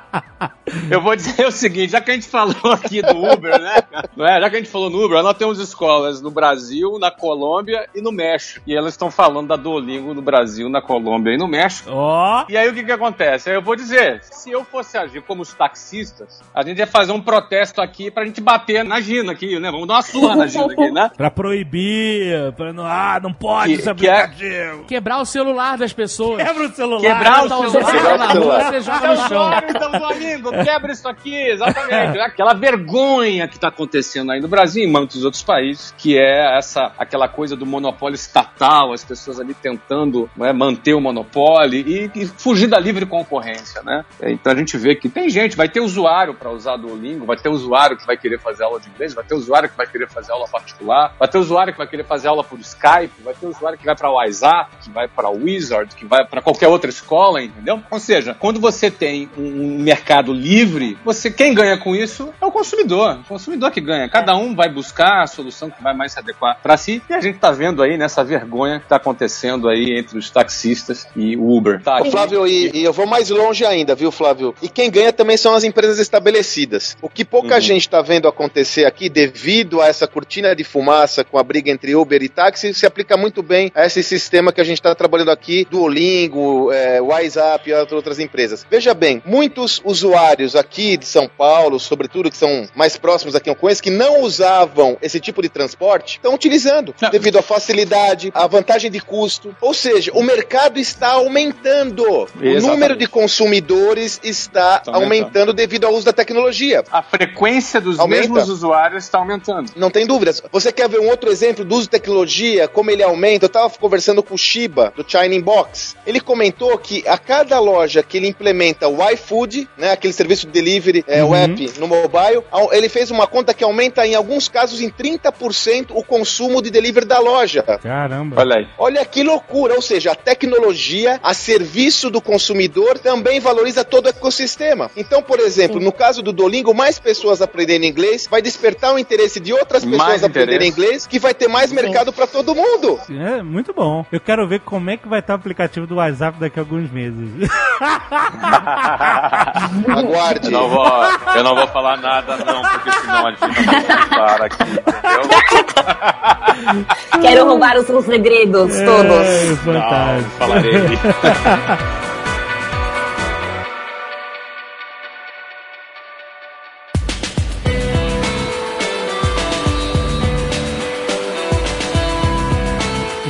Eu vou dizer o seguinte, já que a gente falou aqui do Uber, né? Não é? Já que a gente falou no Uber, nós temos escolas no Brasil, na Colômbia e no México. E elas estão falando da Duolingo no Brasil, na Colômbia e no México. Ó! E aí o que que acontece? Aí eu vou dizer, se eu fosse agir como os taxistas, a gente ia fazer um protesto aqui pra gente bater na Gina aqui, né? Vamos dar uma surra na Gina aqui, né? Pra proibir, pra não, ah, não pode Que- esse que é- aplicativo. Quebrar o celular das pessoas. Quebra o celular. Quebrar o Tá usando celular. celular na celular. rua, você joga Seu no chão. usuário, então, do amigo, quebra isso aqui, exatamente. Aquela vergonha que está acontecendo aí no Brasil e em muitos outros países, que é essa, aquela coisa do monopólio estatal, as pessoas ali tentando, né, manter o monopólio e, e fugir da livre concorrência, né? Então a gente vê que tem gente, vai ter usuário para usar Duolingo, vai ter usuário que vai querer fazer aula de inglês, vai ter usuário que vai querer fazer aula particular, vai ter usuário que vai querer fazer aula por Skype, vai ter usuário que vai para o WhatsApp, que vai para o Wizard, que vai para qualquer outra escola, entendeu? Ou seja, quando você tem um mercado livre, você, quem ganha com isso é o consumidor. O consumidor que ganha. Cada um vai buscar a solução que vai mais se adequar para si. E a gente tá vendo aí nessa vergonha que tá acontecendo aí entre os taxistas e o Uber. Tá, Ô, Flávio, e, e eu vou mais longe ainda, viu, Flávio? E quem ganha também são as empresas estabelecidas. O que pouca Uhum. gente está vendo acontecer aqui, devido a essa cortina de fumaça com a briga entre Uber e táxi, se aplica muito bem a esse sistema que a gente está trabalhando aqui, Duolingo, é, WhatsApp e outras empresas. Veja bem, muitos usuários aqui de São Paulo, sobretudo que são mais próximos aqui, eu conheço, que não usavam esse tipo de transporte, estão utilizando, Não. devido à facilidade, à vantagem de custo. Ou seja, o mercado está aumentando. O Exatamente. número de consumidores está Está aumentando. aumentando. devido ao uso da tecnologia. A frequência dos Aumenta. mesmos usuários está aumentando. Não tem dúvidas. Você quer ver um outro exemplo do uso de tecnologia, como ele aumenta? Eu estava conversando com o Shiba, do China Inbox. Ele comentou que a cada loja que ele implementa o iFood, né, aquele serviço de delivery, é, Uhum. o app no mobile, ao- ele fez uma conta que aumenta, em alguns casos, em trinta por cento o consumo de delivery da loja. Caramba. Olha aí. Olha que loucura, ou seja, a tecnologia a serviço do consumidor também valoriza todo o ecossistema. Então, por exemplo, Sim. no caso do Duolingo, mais pessoas aprendendo inglês vai despertar o interesse de outras pessoas Mais aprenderem interesse. inglês, que vai ter mais mercado para todo mundo. É, muito bom. Eu quero ver como é que vai estar o aplicativo do WhatsApp daqui a alguns meses. Aguarde. Eu não vou, eu não vou falar nada, não, porque senão a gente vai voltar aqui, entendeu? Quero roubar os seus segredos todos. É, Não, fantástico. falarei.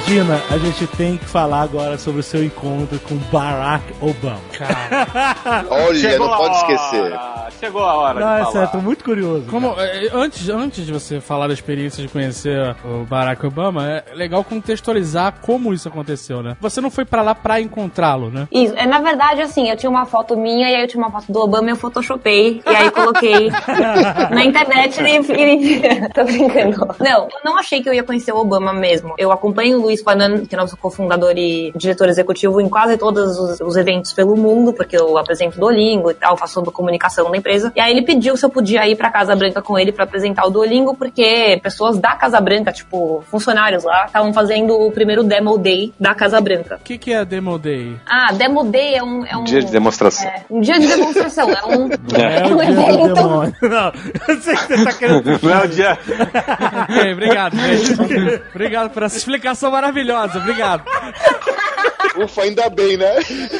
Gina, a gente tem que falar agora sobre o seu encontro com Barack Obama. Cara. Olha, Chegou não pode a hora. esquecer. Chegou a hora Não, de é falar. sério, tô muito curioso. Como, eh, antes, antes de você falar da experiência de conhecer o Barack Obama, é legal contextualizar como isso aconteceu, né? Você não foi pra lá pra encontrá-lo, né? Isso, é, na verdade, assim, eu tinha uma foto minha e aí eu tinha uma foto do Obama e eu photoshopei. E aí coloquei na internet e, e... Tô brincando. Não, eu não achei que eu ia conhecer o Obama mesmo. Eu acompanho o Luiz Fanan, que é nosso cofundador e diretor executivo, em quase todos os, os eventos pelo mundo, porque eu apresento Duolingo e tal, faço toda a comunicação da empresa. E aí ele pediu se eu podia ir pra Casa Branca com ele pra apresentar o Duolingo, porque pessoas da Casa Branca, tipo, funcionários lá, estavam fazendo o primeiro Demo Day da Casa Branca. O que, que é Demo Day? Ah, Demo Day é um... É um Dia de demonstração. É, um dia de demonstração. É um, É um o dia do evento... demônio. Não, eu sei que você tá querendo... Não é o dia. Ok, obrigado, gente. Obrigado por essa explicação maravilhosa. Obrigado. Ufa, ainda bem, né?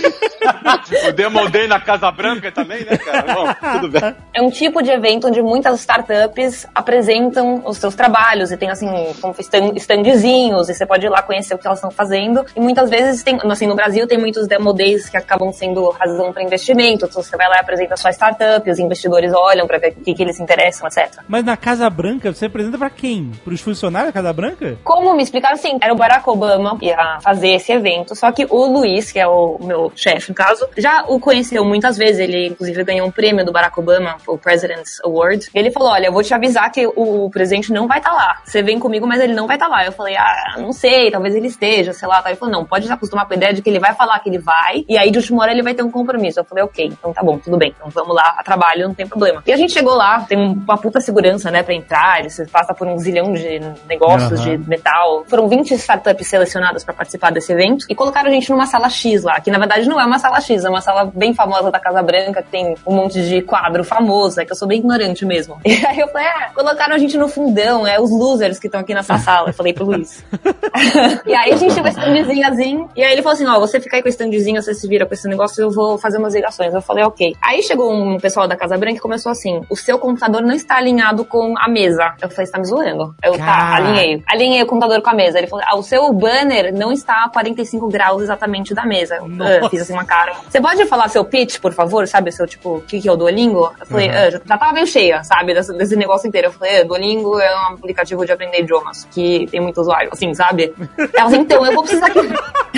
O Demo Day na Casa Branca também, né, cara? Bom, tudo bem. É um tipo de evento onde muitas startups apresentam os seus trabalhos e tem, assim, como stand- standzinhos e você pode ir lá conhecer o que elas estão fazendo. E muitas vezes, tem, assim, no Brasil tem muitos demo days que acabam sendo razão para investimento. Então você vai lá e apresenta a sua startup, os investidores olham para ver o que, que eles se interessam, etcétera. Mas na Casa Branca, você apresenta pra quem? Pros funcionários da Casa Branca? Como me explicaram, assim, era o Barack Obama que ia fazer esse evento, só que o Luiz, que é o meu chefe, no caso, já o conheceu muitas vezes. Ele, inclusive, ganhou um prêmio do Barack Obama, o President's Award. E ele falou, olha, eu vou te avisar que o, o presidente não vai estar lá. Você vem comigo, mas ele não vai estar lá. Eu falei, ah, não sei, talvez ele esteja, sei lá. Ele falou, não, pode se acostumar com a ideia de que ele vai falar que ele vai, e aí de última hora ele vai ter um compromisso. Eu falei, ok, então tá bom, tudo bem. Então vamos lá, a trabalho, não tem problema. E a gente chegou lá, tem uma puta segurança, né, pra entrar. Você passa por um zilhão de negócios, uhum, de metal. Foram vinte startups selecionadas pra participar desse evento e colocaram a gente numa sala X lá, que na verdade não é uma sala X, é uma sala bem famosa da Casa Branca, que tem um monte de quadro famoso, é que eu sou bem ignorante mesmo. E aí eu falei, ah, colocaram a gente no fundão, é os losers que estão aqui nessa sala. Eu falei pro Luiz. E aí a gente tinha uma standzinha assim, e aí ele falou assim, ó, você fica aí com o standzinho, você se vira com esse negócio, eu vou fazer umas ligações. Eu falei, ok. Aí chegou um pessoal da Casa Branca e começou assim, o seu computador não está alinhado com a mesa. Eu falei, você tá me zoando? Eu, tá, alinhei. Alinhei o computador com a mesa. Ele falou, ah, o seu banner não está a quarenta e cinco graus exatamente da mesa. Eu uh, fiz assim uma cara. Você pode falar seu pitch, por favor? Sabe, seu tipo, o que, que é o Duolingo? Eu falei, uhum. uh, já, já tava meio cheia, sabe, desse, desse negócio inteiro. Eu falei, uh, Duolingo é um aplicativo de aprender idiomas, que tem muito usuário, assim, sabe? Ela assim, então, eu vou precisar que...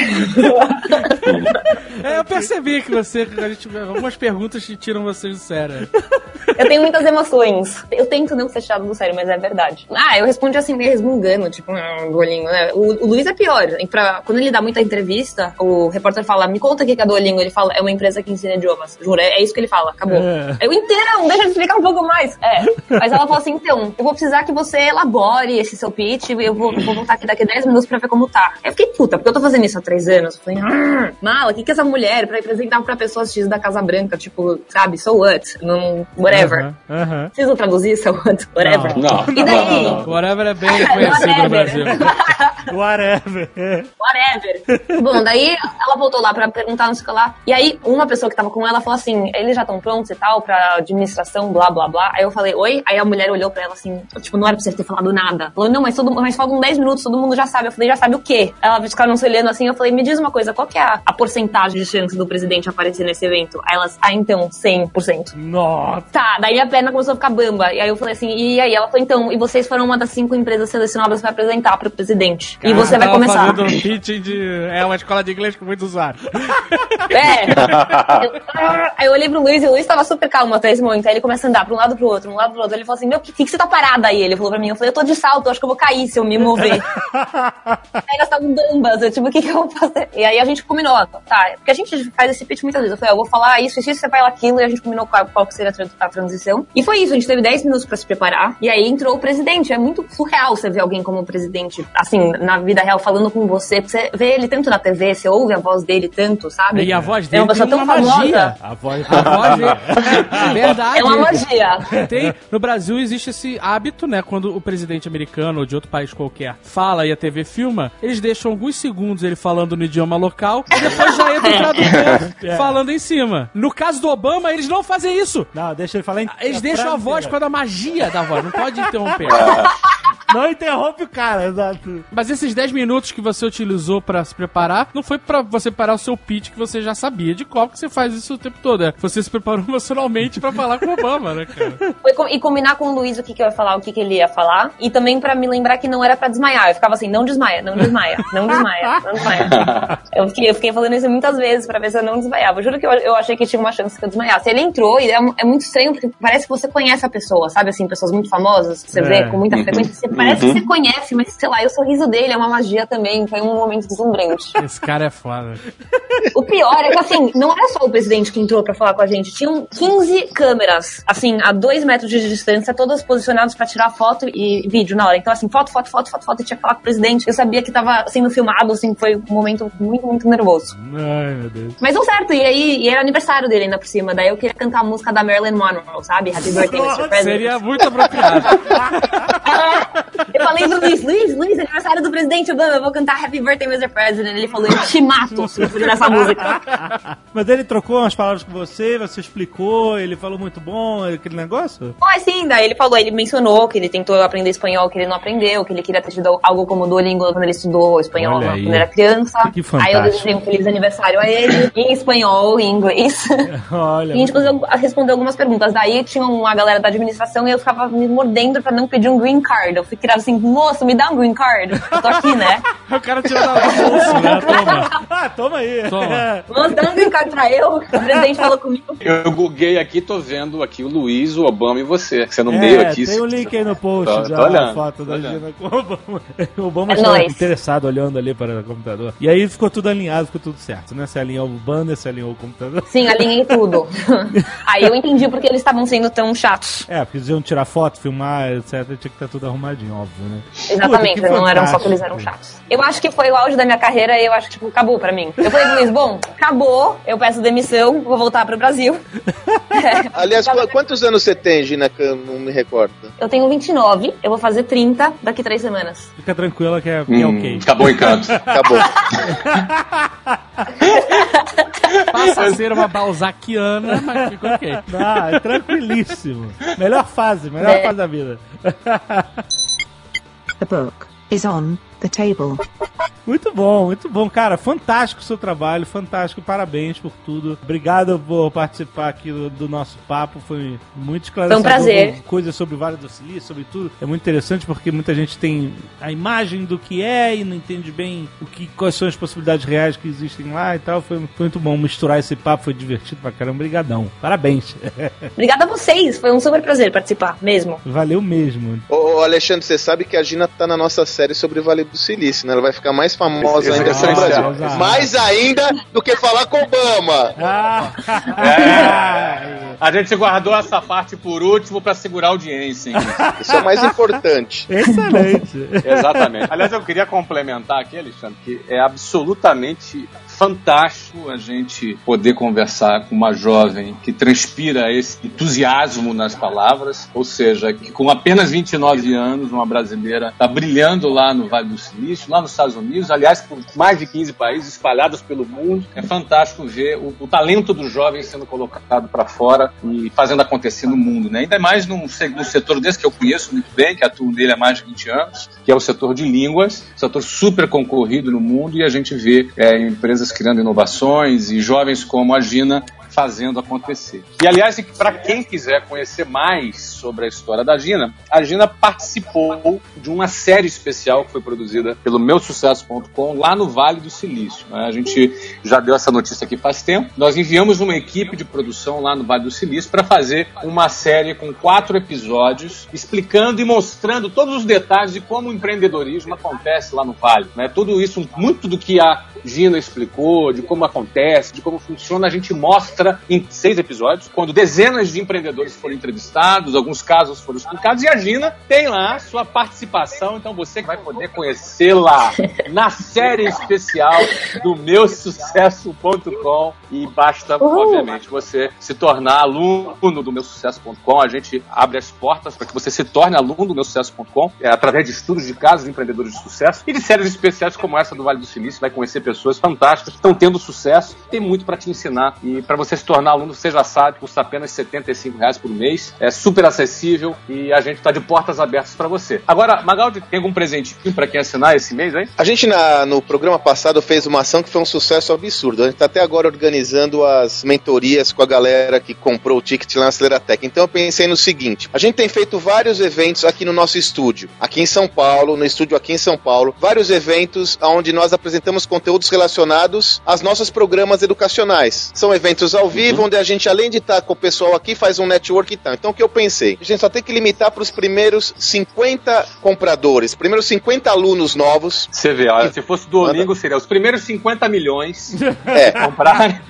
É, eu percebi que você, a gente, algumas perguntas te tiram vocês do sério. Eu tenho muitas emoções. Eu tento não ser tirado do sério, mas é verdade. Ah, eu respondi assim, meio resmungando, tipo, um Duolingo, né? O, o Luiz é pior. Pra, quando ele dá muita entrevista, o repórter fala, me conta o que é Duolingo. Ele fala, é uma empresa que ensina idiomas. Juro, é, é isso que ele fala, acabou. É. Eu, então, deixa eu explicar um pouco mais. É. Mas ela falou assim, então, eu vou precisar que você elabore esse seu pitch, eu vou, eu vou voltar aqui daqui a dez minutos pra ver como tá. Eu fiquei puta, porque eu tô fazendo isso há três anos. Eu falei, ah, mala, o que que essa mulher pra apresentar pra pessoas X da Casa Branca, tipo, sabe, so what? Não, whatever. Uh -huh, uh -huh. Preciso traduzir so what? Whatever. Não, não. E daí? Não, não. Whatever é bem conhecido no Brasil. Whatever. Whatever. Bom, daí ela voltou lá pra perguntar, não sei o que lá. E aí, uma pessoa que tava com ela falou assim, eles já estão prontos e tal pra administração, blá, blá, blá. Aí eu falei, oi? Aí a mulher olhou pra ela assim, tipo, não era pra você ter falado nada. Falou, não, mas, todo, mas faltam dez minutos, todo mundo já sabe. Eu falei, já sabe o quê? Ela ficaram se olhando assim, eu falei, me diz uma coisa, qual que é a, a porcentagem de chance do presidente aparecer nesse evento? Aí elas, ah, então, cem por cento. Nossa! Tá, daí a perna começou a ficar bamba. E aí eu falei assim, e aí? Ela falou, então, e vocês foram uma das cinco empresas selecionadas pra apresentar pro presidente. Cara, e você vai começar. Fazendo um pitching de... É uma escola de inglês com muitos usuários. É. Eu, aí eu olhei pro Luiz e o Luiz tava super calmo até esse momento. Aí ele começa a andar pra um lado pro outro, um lado pro outro. Ele falou assim, meu, que, que você tá parada aí? Ele falou pra mim, eu falei, eu tô de salto, eu acho que eu vou cair se eu me mover. Aí elas estavam bambas, eu tipo, o que que eu vou fazer? E aí a gente combinou, tá, porque a gente faz esse pitch muitas vezes. Eu falei, eu vou falar isso, isso, você vai lá aquilo, e a gente combinou qual, qual que seria a transição. E foi isso, a gente teve dez minutos pra se preparar, e aí entrou o presidente. É muito surreal você ver alguém como presidente, assim, na vida real, falando com você. Você vê ele tanto na T V, você ouve a voz dele tanto, sabe? E a voz dele é uma pessoa tem tão uma famosa. Magia. A voz, a voz dele. É verdade. É uma magia. Tem, no Brasil existe esse hábito, né, quando o presidente americano ou de outro país qualquer fala e a T V filma, eles deixam alguns segundos ele falando no idioma local e depois já entra o tradutor é. falando em cima. No caso do Obama, eles não fazem isso. Não, deixa ele falar em... Eles deixam a voz com a magia da voz, não pode interromper. Não interrompe o cara, exato. Mas esses dez minutos que você utilizou pra se preparar, não foi pra você parar o seu pitch que você já sabia de qual que você faz isso o tempo todo. É. Você se preparou emocionalmente pra falar com o Obama, né, cara? Foi com, e combinar com o Luiz o que, que eu ia falar, o que, que ele ia falar. E também pra me lembrar que não era pra desmaiar. Eu ficava assim, não desmaia, não desmaia, não desmaia, não desmaia. Eu fiquei, eu fiquei falando isso muitas vezes pra ver se eu não desmaiava. Eu juro que eu, eu achei que tinha uma chance que eu desmaiasse. Ele entrou e é, é muito estranho, porque parece que você conhece a pessoa, sabe assim, pessoas muito famosas, que você é. vê com muita frequência. Você, parece uhum. que você conhece, mas sei lá, e o sorriso dele é uma magia também. Foi um momento deslumbrante. Esse cara é foda. O pior é que, assim, não era só o presidente que entrou pra falar com a gente. Tinham quinze câmeras, assim, a dois metros de distância, todas posicionadas pra tirar foto e vídeo na hora. Então, assim, foto, foto, foto, foto, foto, e tinha que falar com o presidente. Eu sabia que tava sendo filmado, assim, foi um momento muito, muito nervoso. Ai, meu Deus. Mas deu certo, e aí e era aniversário dele ainda por cima. Daí eu queria cantar a música da Marilyn Monroe, sabe? Happy Birthday, mister President. Seria muito apropriado. Eu falei pro Luiz, Luiz, Luiz, aniversário do presidente Obama, eu vou cantar Happy Birthday, mister President. Ele falou, eu te mato se eu nessa música. Mas ele trocou umas palavras com você, você explicou, ele falou muito bom, aquele negócio? Pô, sim, daí ele falou, ele mencionou que ele tentou aprender espanhol, que ele não aprendeu, que ele queria ter tido algo como Duolingo quando ele estudou espanhol quando ele era criança. Que fantástico. Aí eu desejei um feliz aniversário a ele, em espanhol e em inglês. Olha. E a gente conseguiu responder algumas perguntas. Daí tinha uma galera da administração e eu ficava me mordendo pra não pedir um green card. Eu fiquei assim, moço, me dá um green card. Eu tô aqui, né? O cara tirou da bolsa, né? Toma. Ah, toma aí. Toma. Moço, dá um green card pra eu. O presidente falou comigo. Eu googlei aqui, tô vendo aqui o Luiz, o Obama e você. Você no é, meio aqui. Tem o um link aí no post, tô, já, tô olhando, a foto da olhando. Gina com o Obama. O Obama É estava nóis. interessado olhando ali para o computador. E aí ficou tudo alinhado, ficou tudo certo, né? Você alinhou o banner, você alinhou o computador. Sim, alinhei tudo. Aí eu entendi porque eles estavam sendo tão chatos. É, porque eles iam tirar foto, filmar, etcétera. Tinha que estar tudo arrumadinho, óbvio, né? Exatamente, Puta, não eram só que eles fantástico. eram chatos. Eu acho que foi o auge da minha carreira e eu acho que, tipo, acabou pra mim. Eu falei, Luiz, bom, acabou, eu peço demissão, vou voltar pro Brasil. Aliás, qu- quantos anos você tem, Gina, que eu não me recordo? Eu tenho vinte e nove, eu vou fazer trinta daqui três semanas. Fica tranquila que é, que Hum, é ok. Acabou o encanto. Acabou. Passa a ser uma balzaquiana, mas ficou ok. Não, é tranquilíssimo. Melhor fase, melhor É. fase da vida. The book is on the table. Muito bom, muito bom. Cara, fantástico o seu trabalho, fantástico. Parabéns por tudo. Obrigado por participar aqui do, do nosso papo. Foi muito esclarecedor. Foi um prazer. Coisas sobre o Vale do Silício, sobre tudo. É muito interessante porque muita gente tem a imagem do que é e não entende bem o que, quais são as possibilidades reais que existem lá e tal. Foi, foi muito bom misturar esse papo, foi divertido pra caramba. Obrigadão. Parabéns. Obrigada a vocês, foi um super prazer participar, mesmo. Valeu mesmo. Ô, ô, Alexandre, você sabe que a Gina tá na nossa série sobre o Vale do Silício, né? Ela vai ficar mais famosa ainda aqui no Exato, Brasil. exato. Mais ainda do que falar com Obama. Ah, É. A gente guardou essa parte por último pra segurar a audiência, hein? Isso é o mais importante. excelente. Exatamente. Aliás, eu queria complementar aqui, Alexandre, que é absolutamente fantástico a gente poder conversar com uma jovem que transpira esse entusiasmo nas palavras, ou seja, que com apenas vinte e nove anos, uma brasileira está brilhando lá no Vale do Silício, lá nos Estados Unidos, aliás, por mais de quinze países espalhados pelo mundo. É fantástico ver o, o talento dos jovens sendo colocado para fora e fazendo acontecer no mundo, né? Ainda mais num, num setor desse que eu conheço muito bem, que atuo nele há mais de vinte anos, que é o setor de línguas, setor super concorrido no mundo, e a gente vê é, empresas criando inovações e jovens como a Gina fazendo acontecer. E, aliás, para quem quiser conhecer mais sobre a história da Gina, a Gina participou de uma série especial que foi produzida pelo meu sucesso ponto com lá no Vale do Silício. A gente já deu essa notícia aqui faz tempo. Nós enviamos uma equipe de produção lá no Vale do Silício para fazer uma série com quatro episódios explicando e mostrando todos os detalhes de como o empreendedorismo acontece lá no Vale. Né? Tudo isso, muito do que a Gina explicou, de como acontece, de como funciona, a gente mostra em seis episódios, quando dezenas de empreendedores foram entrevistados, alguns casos foram explicados, e a Gina tem lá sua participação, então você vai poder conhecê-la na série especial do meu sucesso ponto com, e basta, Uhum. obviamente, você se tornar aluno do meu sucesso ponto com. A gente abre as portas para que você se torne aluno do meu sucesso ponto com, é, através de estudos de casos de empreendedores de sucesso e de séries especiais como essa do Vale do Silício. Vai conhecer pessoas fantásticas que estão tendo sucesso, tem muito para te ensinar e para você você se tornar aluno, você já sabe, custa apenas setenta e cinco reais por mês, é super acessível e a gente está de portas abertas para você. Agora, Magaldi, tem algum presentinho para quem assinar esse mês, hein? A gente na, no programa passado fez uma ação que foi um sucesso absurdo. A gente está até agora organizando as mentorias com a galera que comprou o ticket lá na Aceleratec. Então eu pensei no seguinte, a gente tem feito vários eventos aqui no nosso estúdio, aqui em São Paulo, no estúdio aqui em São Paulo, vários eventos onde nós apresentamos conteúdos relacionados aos nossos programas educacionais. São eventos ao vivo, uhum. onde a gente, além de estar com o pessoal aqui, faz um network e tal. Então o que eu pensei? A gente só tem que limitar para os primeiros cinquenta compradores, primeiros cinquenta alunos novos. Você vê, olha, se fosse Duolingo, seria os primeiros cinquenta milhões é. comprar.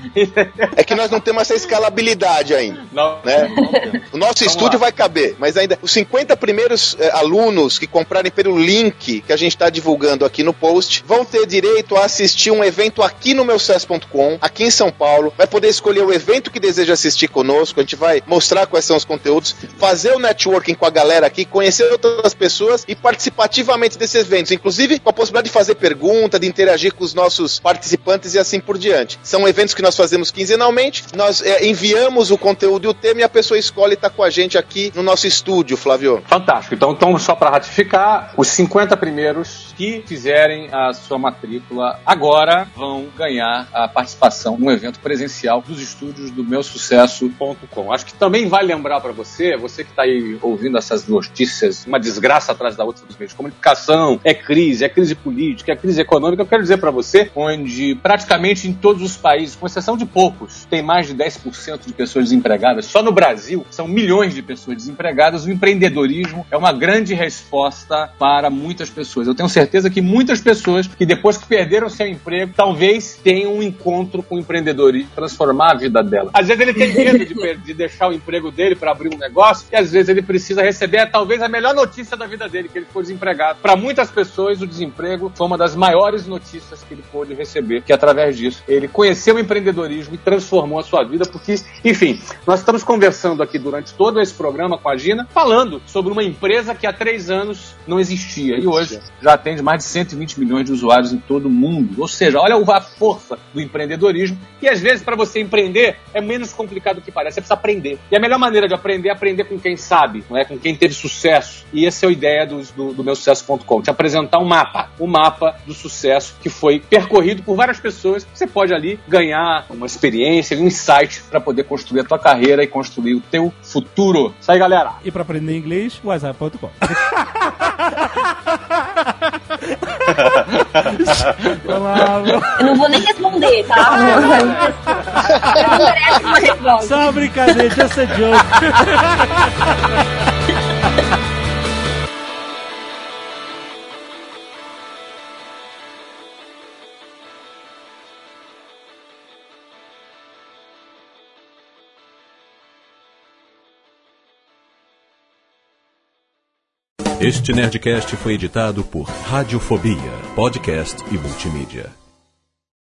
É que nós não temos essa escalabilidade ainda. Não, né? não o nosso Vamos estúdio lá. Vai caber, mas ainda os cinquenta primeiros eh, alunos que comprarem pelo link que a gente está divulgando aqui no post vão ter direito a assistir um evento aqui no meu sucesso ponto com, aqui em São Paulo. Vai poder escolher o evento que deseja assistir conosco. A gente vai mostrar quais são os conteúdos, fazer o networking com a galera aqui, conhecer outras pessoas e participar ativamente desses eventos, inclusive com a possibilidade de fazer pergunta, de interagir com os nossos participantes e assim por diante. São eventos que nós fazemos quinzenalmente, nós é, enviamos o conteúdo e o tema e a pessoa escolhe estar com a gente aqui no nosso estúdio, Flávio. Fantástico. Então, então só para ratificar, os cinquenta primeiros que fizerem a sua matrícula agora vão ganhar a participação num evento presencial dos estúdios do meu sucesso ponto com. Acho que também vai lembrar para você, você que está aí ouvindo essas notícias, uma desgraça atrás da outra dos meios de comunicação, é crise, é crise política, é crise econômica, eu quero dizer para você, onde praticamente em todos os países, com exceção de poucos, tem mais de dez por cento de pessoas desempregadas. Só no Brasil são milhões de pessoas desempregadas. O empreendedorismo é uma grande resposta para muitas pessoas. Eu tenho certeza que muitas pessoas que depois que perderam seu emprego, talvez tenham um encontro com o empreendedorismo, transformar a vida dela. Às vezes ele tem medo de, de deixar o emprego dele para abrir um negócio e às vezes ele precisa receber talvez a melhor notícia da vida dele, que ele foi desempregado. Para muitas pessoas, o desemprego foi uma das maiores notícias que ele pôde receber, que através disso ele conheceu o empreendedorismo e transformou a sua vida, porque, enfim, nós estamos conversando aqui durante todo esse programa com a Gina, falando sobre uma empresa que há três anos não existia e hoje já atende mais de cento e vinte milhões de usuários em todo o mundo. Ou seja, olha a força do empreendedorismo e às vezes para você empreender é menos complicado do que parece, você precisa aprender. E a melhor maneira de aprender é aprender com quem sabe, não é? Com quem teve sucesso. E essa é a ideia do, do, do meu sucesso ponto com, te apresentar um mapa, um mapa do sucesso que foi percorrido por várias pessoas. Você pode ali ganhar uma experiência, um insight para poder construir a tua carreira e construir o teu futuro. Isso aí, galera. E para aprender inglês, WhatsApp ponto com. Eu não vou nem responder, tá? Não merece uma resposta. Só uma brincadeira, just a joke. Este Nerdcast foi editado por Radiofobia, podcast e multimídia.